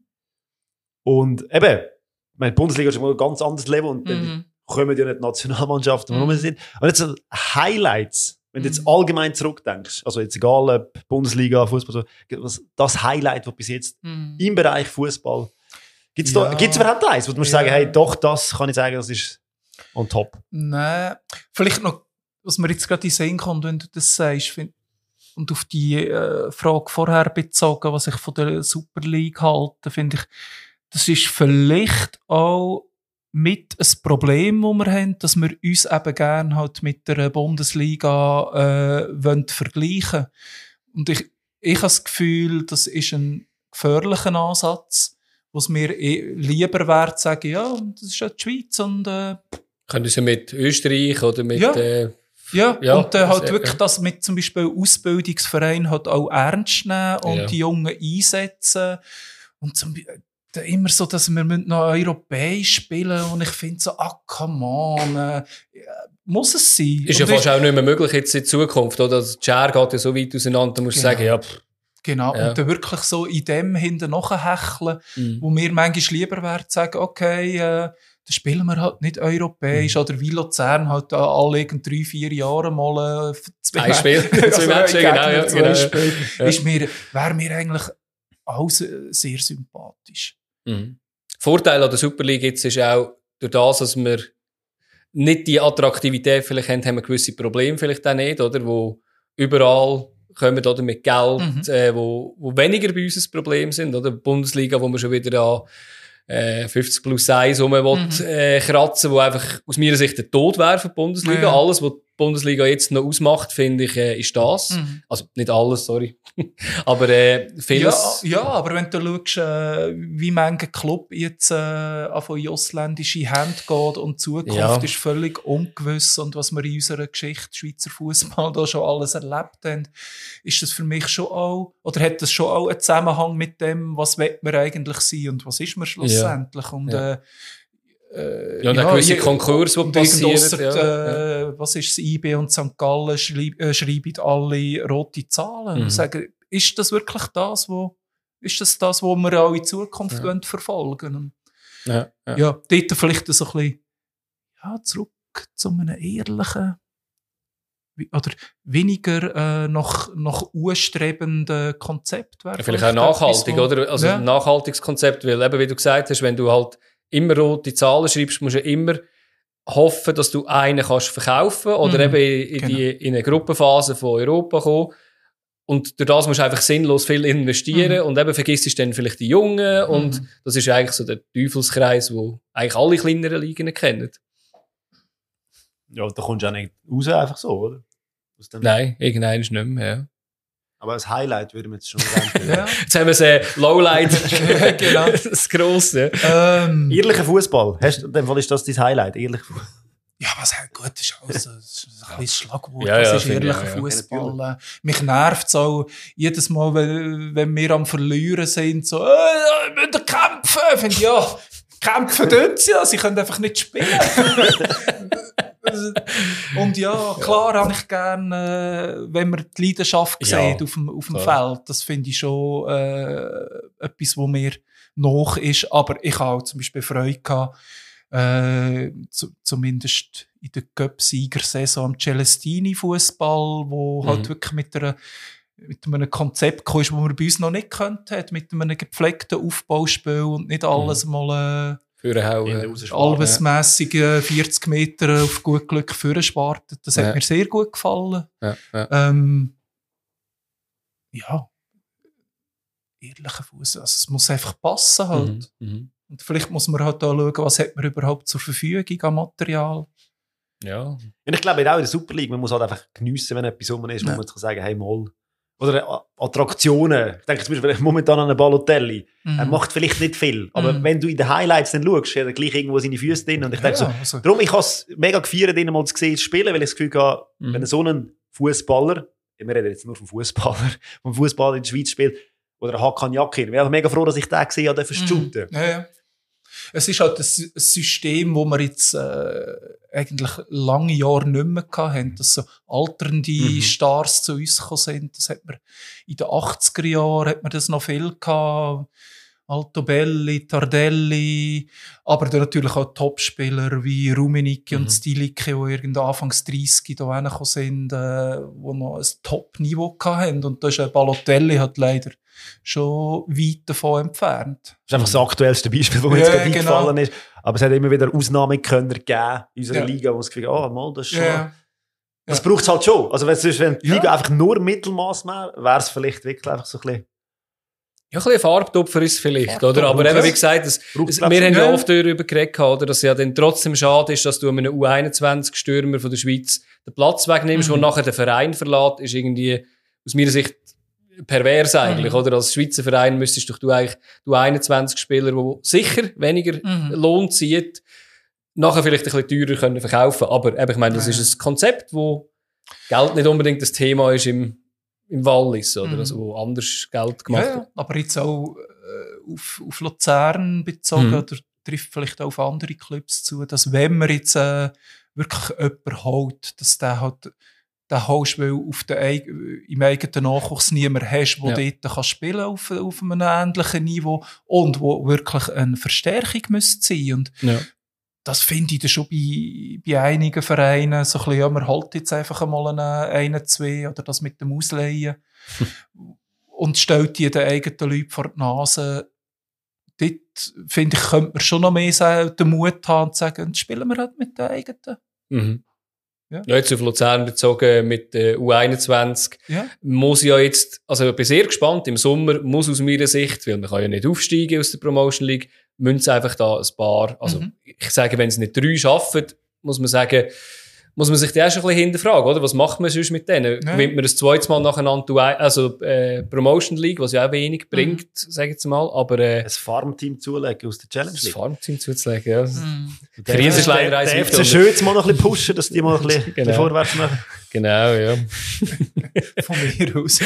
Und eben, meine Bundesliga ist mal ein ganz anderes Level und dann mhm. kommen ja nicht die Nationalmannschaften, wo wir sind. Und jetzt so Highlights. Wenn du jetzt allgemein zurückdenkst, also jetzt egal ob Bundesliga, Fußball, so, das Highlight, das bis jetzt mm. im Bereich Fußball, gibt es ja. überhaupt eins, wo du musst ja. sagen, hey, doch, das kann ich sagen, das ist on top? Nein, vielleicht noch, was mir jetzt gerade in den Sinn kommt, wenn du das sagst, find, und auf die äh, Frage vorher bezogen, was ich von der Super League halte, finde ich, das ist vielleicht auch mit ein Problem, das wir haben, dass wir uns eben gerne halt mit der Bundesliga äh, wollen vergleichen. Und ich, ich habe das Gefühl, das ist ein gefährlicher Ansatz, wo es mir eh lieber wäre, zu sagen, ja, das ist ja die Schweiz und äh, können Sie mit Österreich oder mit ja. Äh, ja, ja, und äh, halt wirklich das mit zum Beispiel Ausbildungsverein halt auch ernst nehmen und ja. die Jungen einsetzen und zum Beispiel immer so, dass wir noch europäisch spielen und ich finde so, ah, come on, äh, muss es sein. Ist und ja fast ich, auch nicht mehr möglich jetzt in Zukunft, oder? Die Schere geht ja so weit auseinander, da musst du genau. sagen, ja. Pff, genau, ja. und dann wirklich so in dem hinten nachhecheln, mhm. wo mir manchmal lieber wäre, zu sagen, okay, äh, dann spielen wir halt nicht europäisch, mhm. oder wie Luzern halt alle irgend drei, vier Jahre mal äh, zwei Ein Spiel, zwei Matches, genau, ja, genau. Spiel, ja. Ist mir, wäre mir eigentlich auch sehr sympathisch. Mhm. Vorteil an der Super League jetzt ist auch, durch das, dass wir nicht die Attraktivität vielleicht haben, haben wir gewisse Probleme vielleicht auch nicht, oder? Wo überall kommen, oder? Mit Geld, mhm. äh, wo, wo weniger bei uns ein Problem sind, oder? Bundesliga, wo man schon wieder an äh, fünfzig plus eins rum will, mhm. äh, kratzen, wo einfach aus meiner Sicht der Tod wäre für die Bundesliga. Ja. Alles, was die Bundesliga jetzt noch ausmacht, finde ich, äh, ist das. Mhm. Also nicht alles, sorry. aber äh, vieles. Ja, ja, aber wenn du schaust, äh, wie manche Club jetzt äh, von in ausländische Hände geht und die Zukunft ja. ist völlig ungewiss und was wir in unserer Geschichte Schweizer Fußball da schon alles erlebt haben, ist das für mich schon auch, oder hat das schon auch einen Zusammenhang mit dem, was will man eigentlich sein und was ist man schlussendlich. Ja. Und ja. Äh, Ja, und ja, gewisse Konkurs, die passieren. Ja, äh, ja. Was ist das I B und Sankt Gallen schreib, äh, schreiben alle rote Zahlen. Mhm. Und sagen, ist das wirklich das, wo, ist das das, wo wir auch in Zukunft ja. verfolgen? Und ja, ja. ja, dort vielleicht so ein bisschen, ja, zurück zu einem ehrlichen, oder weniger äh, nach, nach ausstrebenden Konzept wäre. Ja, vielleicht auch nachhaltig, etwas, oder? Also ja. ein nachhaltiges Konzept, weil eben, wie du gesagt hast, wenn du halt immer rote Zahlen schreibst, musst du immer hoffen, dass du einen kannst verkaufen oder mhm, eben in, genau. die, in eine Gruppenphase von Europa kommen. Und durch das musst du einfach sinnlos viel investieren mhm. und eben vergisst du dann vielleicht die Jungen mhm. und das ist eigentlich so der Teufelskreis, wo eigentlich alle kleineren Ligen kennen. Ja, da kommst du auch nicht raus, einfach so, oder? Nein, irgendeiner ist nicht mehr, ja. Aber als Highlight würde man jetzt schon denken. ja. Jetzt haben wir es äh, Lowlight. genau. Das Grosse. Ähm, Ehrlicher Fußball. In dem Fall ist das dein Highlight. Ehrlicher Fußball. Ja, was gut ist alles das ist ein bisschen Schlagwort. Ja, ja, das ist ehrlicher ja, Fußball. Ja. Mich nervt es auch jedes Mal, wenn, wenn wir am Verlieren sind, so, äh, wir müssen kämpfen. Ich finde, ja, kämpfen dort sie ja, sie können einfach nicht spielen. Und ja, klar habe ich gerne, wenn man die Leidenschaft sieht ja, auf dem, auf dem Feld. Das finde ich schon äh, etwas, wo mir, noch ist. Aber ich habe auch zum Beispiel Freude gehabt, äh, zu, zumindest in der Cup-Sieger-Saison am Celestini-Fußball, wo mhm. halt wirklich mit einer mit einem Konzept kam, das wir bei uns noch nicht kannten, mit einem gepflegten Aufbauspiel und nicht alles mhm. mal äh, allesmässige vierzig Meter auf gut Glück vorschwartet. Das ja. hat mir sehr gut gefallen. Ja, ja. Ähm, ja. Ehrlicher Fuß. Also es muss einfach passen halt. Mhm. Mhm. Und vielleicht muss man halt auch schauen, was hat man überhaupt zur Verfügung an Material. Ja. Und ich glaube auch in der Super League, man muss halt einfach geniessen, wenn etwas rum ist, ja. wo man kann sagen, hey, mal. Oder Attraktionen. Ich denke zum Beispiel momentan an einen Balotelli. Mhm. Er macht vielleicht nicht viel, aber mhm. wenn du in den Highlights dann schaust, hat er gleich irgendwo seine Füße drin. Und ich denke ja, so, also. darum, ich habe es mega gefeiert, ihn mal zu sehen, zu spielen, weil ich das Gefühl habe, mhm. wenn so ein Fußballer, wir reden jetzt nur vom Fußballer, vom Fußballer in der Schweiz spielt, oder Hakan Yakin, ich bin mega froh, dass ich den gesehen habe, den shooten. Ja, ja. Es ist halt ein System, das wir jetzt äh, eigentlich lange Jahre nicht mehr hatten, dass so alternde mhm. Stars zu uns gekommen sind. Das hat man in den achtziger Jahren hat man das noch viel gehabt. Altobelli, Tardelli, aber dann natürlich auch Topspieler wie Rummenigge mhm. und Stilicke, die irgendwie Anfangs dreißig da hingekommen sind, äh, die noch ein Top-Niveau hatten. Und da ist ein Balotelli halt leider schon weit davon entfernt. Das ist einfach das aktuellste Beispiel, das mir ja, jetzt gerade genau. eingefallen ist. Aber es hat immer wieder Ausnahmekönner gegeben in unserer ja. Liga, wo es gesagt oh, mal, das ist schon... Ja. Das ja. braucht es halt schon. Also wenn, wenn die ja. Liga einfach nur Mittelmaß wäre, wäre es vielleicht wirklich einfach so ein bisschen... Ja, ein bisschen Farbtopfer ist es vielleicht, Farbtopfer, oder? Aber eben, wie gesagt, das, das, wir haben ja oft darüber geredet, oder? Dass es ja dann trotzdem schade ist, dass du einem U einundzwanzig-Stürmer von der Schweiz den Platz wegnimmst, mhm. und nachher den Verein verlässt, ist irgendwie aus meiner Sicht pervers eigentlich, mhm. oder? Als Schweizer Verein müsstest du eigentlich U einundzwanzig-Spieler, die sicher weniger mhm. Lohn ziehen, nachher vielleicht ein bisschen teurer können verkaufen. Aber eben, ich meine, das ja. ist ein Konzept, wo Geld nicht unbedingt das Thema ist im im Wallis, oder? Mhm. Also, wo anders Geld gemacht ja, wird. Aber jetzt auch äh, auf, auf Luzern bezogen, mhm. oder trifft vielleicht auch auf andere Clubs zu, dass wenn man jetzt äh, wirklich jemanden holt, dass der halt den holst, weil auf der, im eigenen Nachwuchs niemand hast, der ja. dort kann spielen auf, auf einem ähnlichen Niveau und wo wirklich eine Verstärkung müsste sein. Und ja. das finde ich dann schon bei, bei einigen Vereinen so ein bisschen, ja, man hält jetzt einfach einmal einen, einen, zwei oder das mit dem Ausleihen und stellt die den eigenen Leuten vor die Nase. Dort, finde ich, könnte man schon noch mehr sagen, den Mut haben und sagen, jetzt spielen wir halt mit den eigenen. Mhm. Ja. Ja, jetzt auf Luzern bezogen mit der U einundzwanzig. Ja. Muss ja jetzt, also ich bin sehr gespannt, im Sommer muss aus meiner Sicht, weil man kann ja nicht aufsteigen aus der Promotion League, müssen sie einfach da ein paar, also mhm. ich sage, wenn sie nicht drei schaffen, muss man sagen, muss man sich da auch schon ein bisschen hinterfragen, oder? Was macht man sonst mit denen? Ja. Gewinnt man das zweites Mal nacheinander, also äh, Promotion League, was ja auch wenig bringt, mhm. sage ich jetzt mal, aber... Äh, ein Farmteam zulegen aus der Challenge League. Ein Farmteam zuzulegen, ja. Mhm. Der Krise ist leider eins der F C Schötz mal noch ein bisschen pushen, dass die mal ein bisschen, genau. vorwärts machen. Genau, ja. Von mir aus.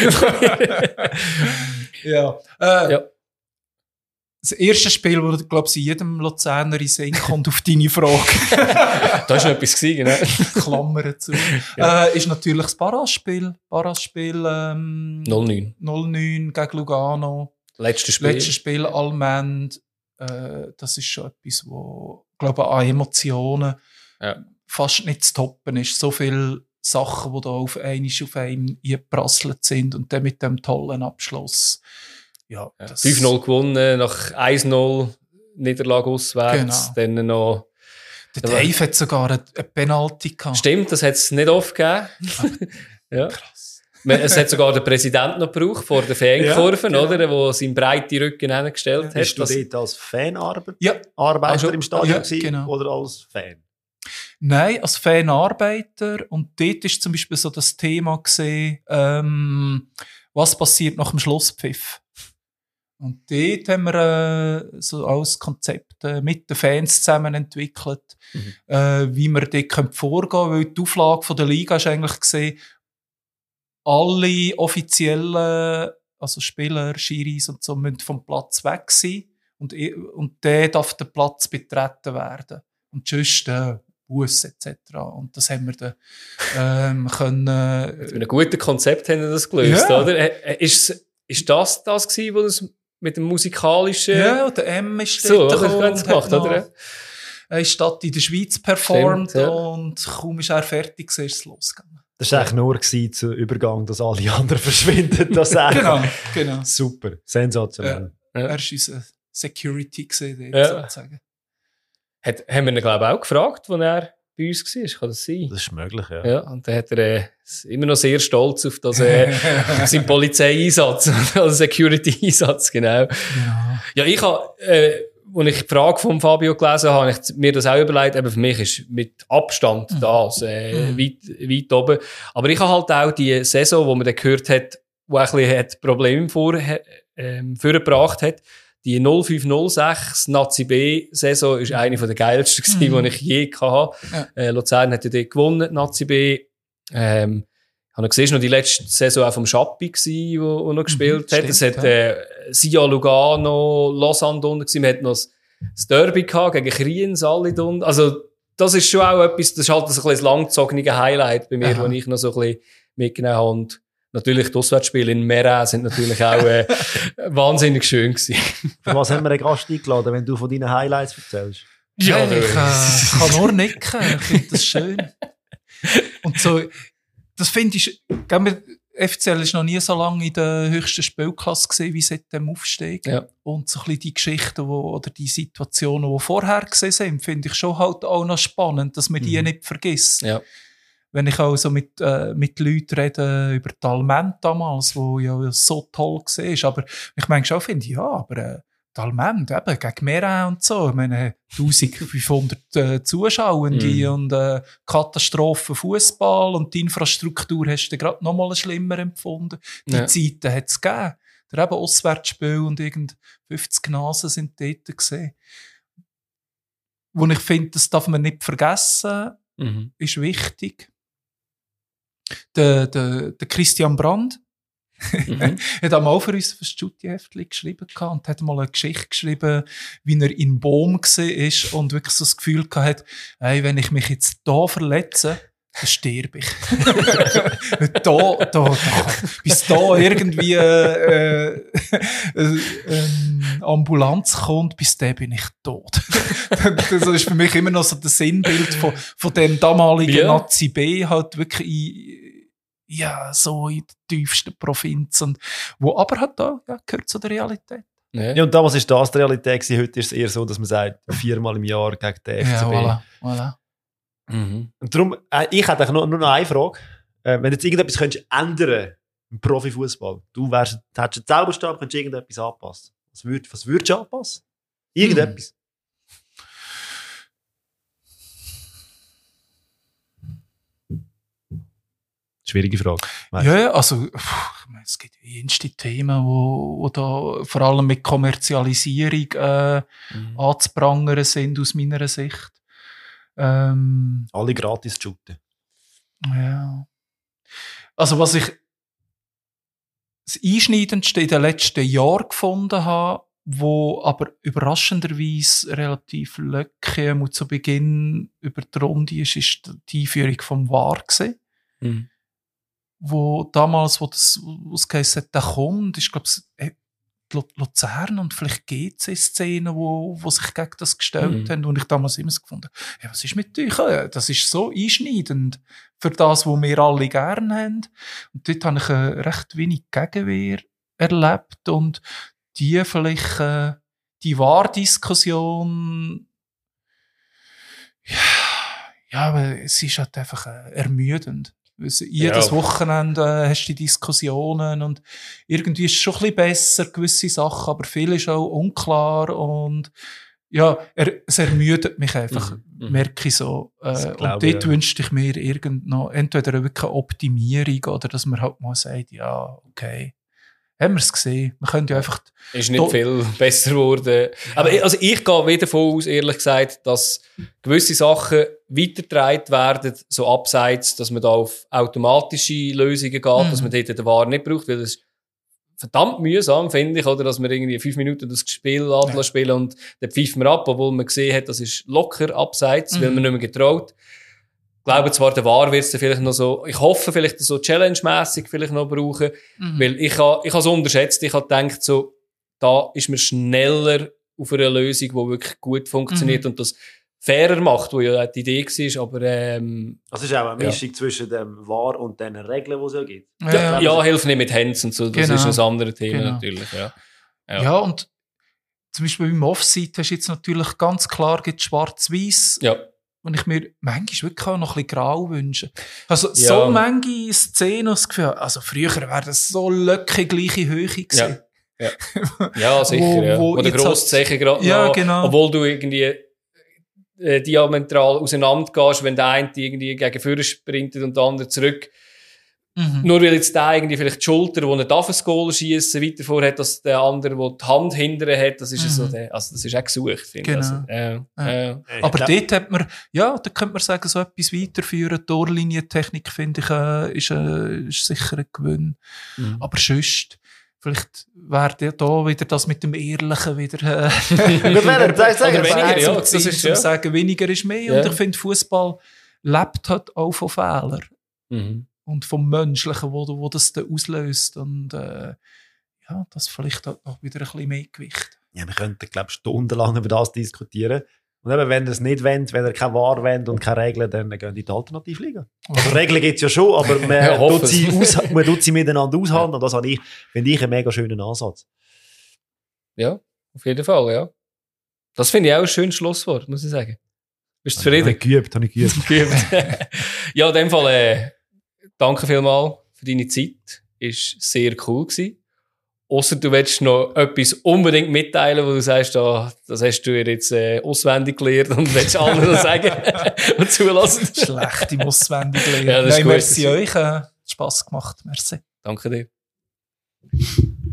ja. Äh, ja. Das erste Spiel, das, glaube ich, jedem Luzerner in den Sinn kommt, auf deine Frage. Da war noch etwas gewesen, genau. Klammern zu. Ja. Äh, ist natürlich das Paras-Spiel. Paras-Spiel ähm, null neun. null neun gegen Lugano. Letztes Spiel. Letztes Spiel, Allmend. Äh, das ist schon etwas, wo, glaube ich, an Emotionen ja. fast nicht zu toppen ist. So viele Sachen, die da auf einmal auf einen eingeprasselt sind und dann mit dem tollen Abschluss. Ja, ja, fünf null gewonnen, nach eins null Niederlage auswärts. Genau. Dann noch, der Dave hat sogar eine, eine Penalty gehabt. Stimmt, das hat es nicht oft gegeben. Ja. Krass. Es hat sogar der Präsident noch gebraucht vor den Fankurven, ja, genau. oder? Der seinen breiten Rücken hingestellt ja. hat. Bist du dort als Fanarbeiter ja. Arbeiter also, im Stadion ja, gewesen, genau. oder als Fan? Nein, als Fanarbeiter. Und dort war zum Beispiel so das Thema gewesen, ähm, was passiert nach dem Schlusspfiff. Und dort haben wir äh, so als Konzept äh, mit den Fans zusammen entwickelt, mhm. äh, wie wir dort vorgehen können, weil die Auflage von der Liga ist eigentlich gesehen, alle offiziellen, also Spieler, Schiris und so, müssen vom Platz weg sein und, und der darf der Platz betreten werden. Und sonst äh, Bus et cetera. Und das haben wir dann ähm, können... Äh, mit einem guten Konzept haben wir das gelöst, ja. oder? Ist, ist das das gewesen, wo das mit dem musikalischen... Ja, der M ist so, dort das haben sie gemacht, oder? Eine Stadt in der Schweiz performt. Stimmt, ja. Und kaum ist er fertig, ist es losgegangen. Das war eigentlich nur zum Übergang, dass alle anderen verschwinden. Das genau, genau. Super, sensationell. Ja. Ja. Er war unser Security gesehen, ja. sozusagen. Hat, haben wir ihn, glaube ich, auch gefragt, als er bei uns war. Kann das sein? Das ist möglich, ja. Ja, und dann hat er äh, immer noch sehr stolz auf, das, äh, auf seinen Polizeieinsatz, also Security-Einsatz, genau. Ja, ja ich habe, äh, als ich die Frage von Fabio gelesen habe, habe ich mir das auch überlegt, eben für mich ist mit Abstand mhm. das äh, mhm. weit, weit oben. Aber ich habe halt auch die Saison, wo man dann gehört hat, wo ein bisschen hat Probleme vor, äh, vorgebracht hat, die null fünf null sechs Nazi B-Saison ist eine der geilsten gewesen, mhm. die ich je hatte. Ja. Äh, Luzern hat ja dort gewonnen, Nazi B. Ähm, ich habe noch gesehen, noch die letzte Saison auch vom Schappi gsi, wo, wo noch gespielt mhm, hat. Es hat, äh, Sia Lugano, Lausanne drunter gewesen. Man hat noch das, das Derby gehabt, gegen Kriens, alle drunter. Also, das ist schon auch etwas, das ist halt so ein bisschen langgezogenes Highlight bei mir, wo ich noch so ein bisschen mitgenommen habe. Und natürlich, die Auswärtsspiele in Mera sind natürlich auch äh, wahnsinnig schön gewesen. Für was haben wir einen Gast eingeladen, wenn du von deinen Highlights erzählst? Ja, ja ich äh, kann nur nicken. Ich finde das schön. Und so, das finde ich, F C L ist noch nie so lange in der höchsten Spielklasse gesehen wie seit dem Aufstieg. Ja. Und so ein bisschen die Geschichten wo, oder die Situationen, die vorher gesehen sind, finde ich schon halt auch noch spannend, dass man die mhm. nicht vergisst. Ja. Wenn ich auch so mit, äh, mit Leuten rede über Talment damals, wo ja so toll war. Aber ich meine schon, finde, ja, aber äh, Talment, eben, gegen Mera und so. Ich meine, eintausendfünfhundert äh, Zuschauende mm. und äh, Katastrophen Fußball und die Infrastruktur hast du gerade noch mal schlimmer empfunden. Die ja. Zeiten hat es gegeben. Da eben Auswärtsspiel und irgend fünfzig Nasen sind dort gesehen. Wo ich finde, das darf man nicht vergessen, mhm. ist wichtig. Der, der, der Christian Brand mhm. hat einmal für uns ein Studienheftchen geschrieben und hat mal eine Geschichte geschrieben, wie er in Boom war und wirklich so das Gefühl hatte, hey, wenn ich mich jetzt hier verletze, dann sterbe ich. da, da, da, bis da irgendwie äh, äh, äh, Ambulanz kommt, bis da bin ich tot. Das ist für mich immer noch so das Sinnbild von, von dem damaligen ja. Nazi B, halt wirklich in, ja, so in der tiefsten Provinz. Und, wo aber halt da ja, gehört zu der Realität. Ja. Ja, und damals war das die Realität gewesen. Heute ist es eher so, dass man sagt, viermal im Jahr gegen den F C B. Ja, voilà, voilà. Mhm. Und darum, äh, ich hätte nur, nur noch eine Frage. Äh, wenn du jetzt irgendetwas könntest ändern im Profifußball, du wärst, hättest einen Zauberstab, könntest irgendetwas anpassen. Was würdest was würd du anpassen? Irgendetwas? Hm. Schwierige Frage. Ja, ja, also pff, ich meine, es gibt jenste Themen, wo, wo da vor allem mit Kommerzialisierung äh, mhm. anzuprangern sind, aus meiner Sicht. Ähm, Alle gratis shooten. Ja. Also was ich das Einschneidendste in den letzten Jahren gefunden habe, wo aber überraschenderweise relativ locker und zu Beginn über die Runde ist, ist die Einführung vom V A R gewesen. Mhm. Wo damals, wo das ausgeheißen hat, der kommt, ist glaube ich Luzern und vielleicht G C-Szenen, wo, wo sich gegen das gestellt mhm. haben. Und ich damals immer so gefunden, hey, was ist mit euch? Das ist so einschneidend für das, was wir alle gerne haben. Und dort habe ich eine recht wenig Gegenwehr erlebt. Und die vielleicht, äh, die Wahrdiskussion, ja, ja, aber es ist halt einfach äh, ermüdend. Jedes ja. Wochenende äh, hast du die Diskussionen und irgendwie ist es schon ein bisschen besser, gewisse Sachen, aber viel ist auch unklar und ja, er, es ermüdet mich einfach, mhm. merke ich so. Äh, und dort ja. wünschte ich mir irgend noch, entweder wirklich eine Optimierung oder dass man halt mal sagt, ja, okay, haben wir es gesehen. Wir können ja einfach... Ist nicht viel besser geworden. Ja. Aber also ich gehe wieder davon aus, ehrlich gesagt, dass gewisse Sachen weitergetragen werden, so abseits, dass man da auf automatische Lösungen geht, mhm. dass man dort den V A R nicht braucht, weil das ist verdammt mühsam, finde ich, oder, dass man irgendwie fünf Minuten das Spiel ja. spielen und dann pfeifen wir ab, obwohl man gesehen hat, das ist locker abseits, mhm. weil man nicht mehr getraut. Ich glaube zwar, der V A R wird es vielleicht noch so, ich hoffe vielleicht so challenge-mässig vielleicht noch brauchen, mhm. weil ich habe ich es unterschätzt, ich habe gedacht so, da ist man schneller auf einer Lösung, die wirklich gut funktioniert mhm. und das fairer macht, wo ja die Idee war, aber ähm, das ist auch eine Mischung ja. zwischen dem V A R und den Regeln, die es ja gibt. Ja, ja, ja hilf nicht mit Hands und so, das genau. ist ein anderes Thema genau. natürlich. Ja. Ja. ja, und zum Beispiel beim Offside hast du jetzt natürlich ganz klar schwarz-weiß. Ja. Und ich mir manchmal wirklich auch noch ein bisschen grau wünsche. Also, ja. so manche Szenen das Gefühl, also früher wäre das so locker gleiche Höhe gewesen. Ja, ja. ja sicher. wo, ja. Wo der grosse Zeichen gerade ja, noch, genau. obwohl du irgendwie äh, diametral auseinander gehst, wenn der eine irgendwie gegen vorne sprintet und der andere zurück. Mhm. Nur weil jetzt der irgendwie vielleicht die Schulter, die nicht auf das Goal schießen, weiter vorhat, als der andere, der die Hand hinterher hat, das ist mhm. so der, also das ist auch gesucht, finde genau. ich. Also, äh, äh. Äh. Aber dort hat man, ja, da könnte man sagen, so etwas weiterführen. Die Torlinientechnik, finde ich, äh, ist, äh, ist sicher ein Gewinn. Mhm. Aber sonst, vielleicht wäre da wieder das mit dem Ehrlichen wieder, äh, Gut, wäre, das sagen, weniger, ja, das ist, ja. sagen, weniger ist mehr. Ja. Und ich finde, Fußball lebt halt auch von Fehlern. Mhm. Und vom Menschlichen, wo, wo das dann auslöst. Und äh, ja, das vielleicht auch noch wieder ein bisschen mehr Gewicht. Ja, wir könnten, glaube ich, stundenlang über das diskutieren. Und eben, wenn ihr es nicht wollt, wenn ihr kein V A R wollt und keine Regeln, dann gehen die Alternativliga. Also Regeln gibt es ja schon, aber man, ja, tut sie aus, man tut sie miteinander aushandeln. Und das habe ich, finde ich einen mega schönen Ansatz. Ja, auf jeden Fall, ja. Das finde ich auch ein schönes Schlusswort, muss ich sagen. Bist du zufrieden? Habe ich geübt, habe ich geübt. geübt. Ja, in dem Fall, äh, danke vielmals für deine Zeit. Es war sehr cool gewesen. Ausser du willst noch etwas unbedingt mitteilen, wo du sagst, oh, das hast du jetzt äh, auswendig gelernt und willst allen noch sagen und zulassen. Schlecht im auswendig lernen. Ja, das ist Nein, gut. merci euch. Äh, Spass gemacht. Merci. Danke dir.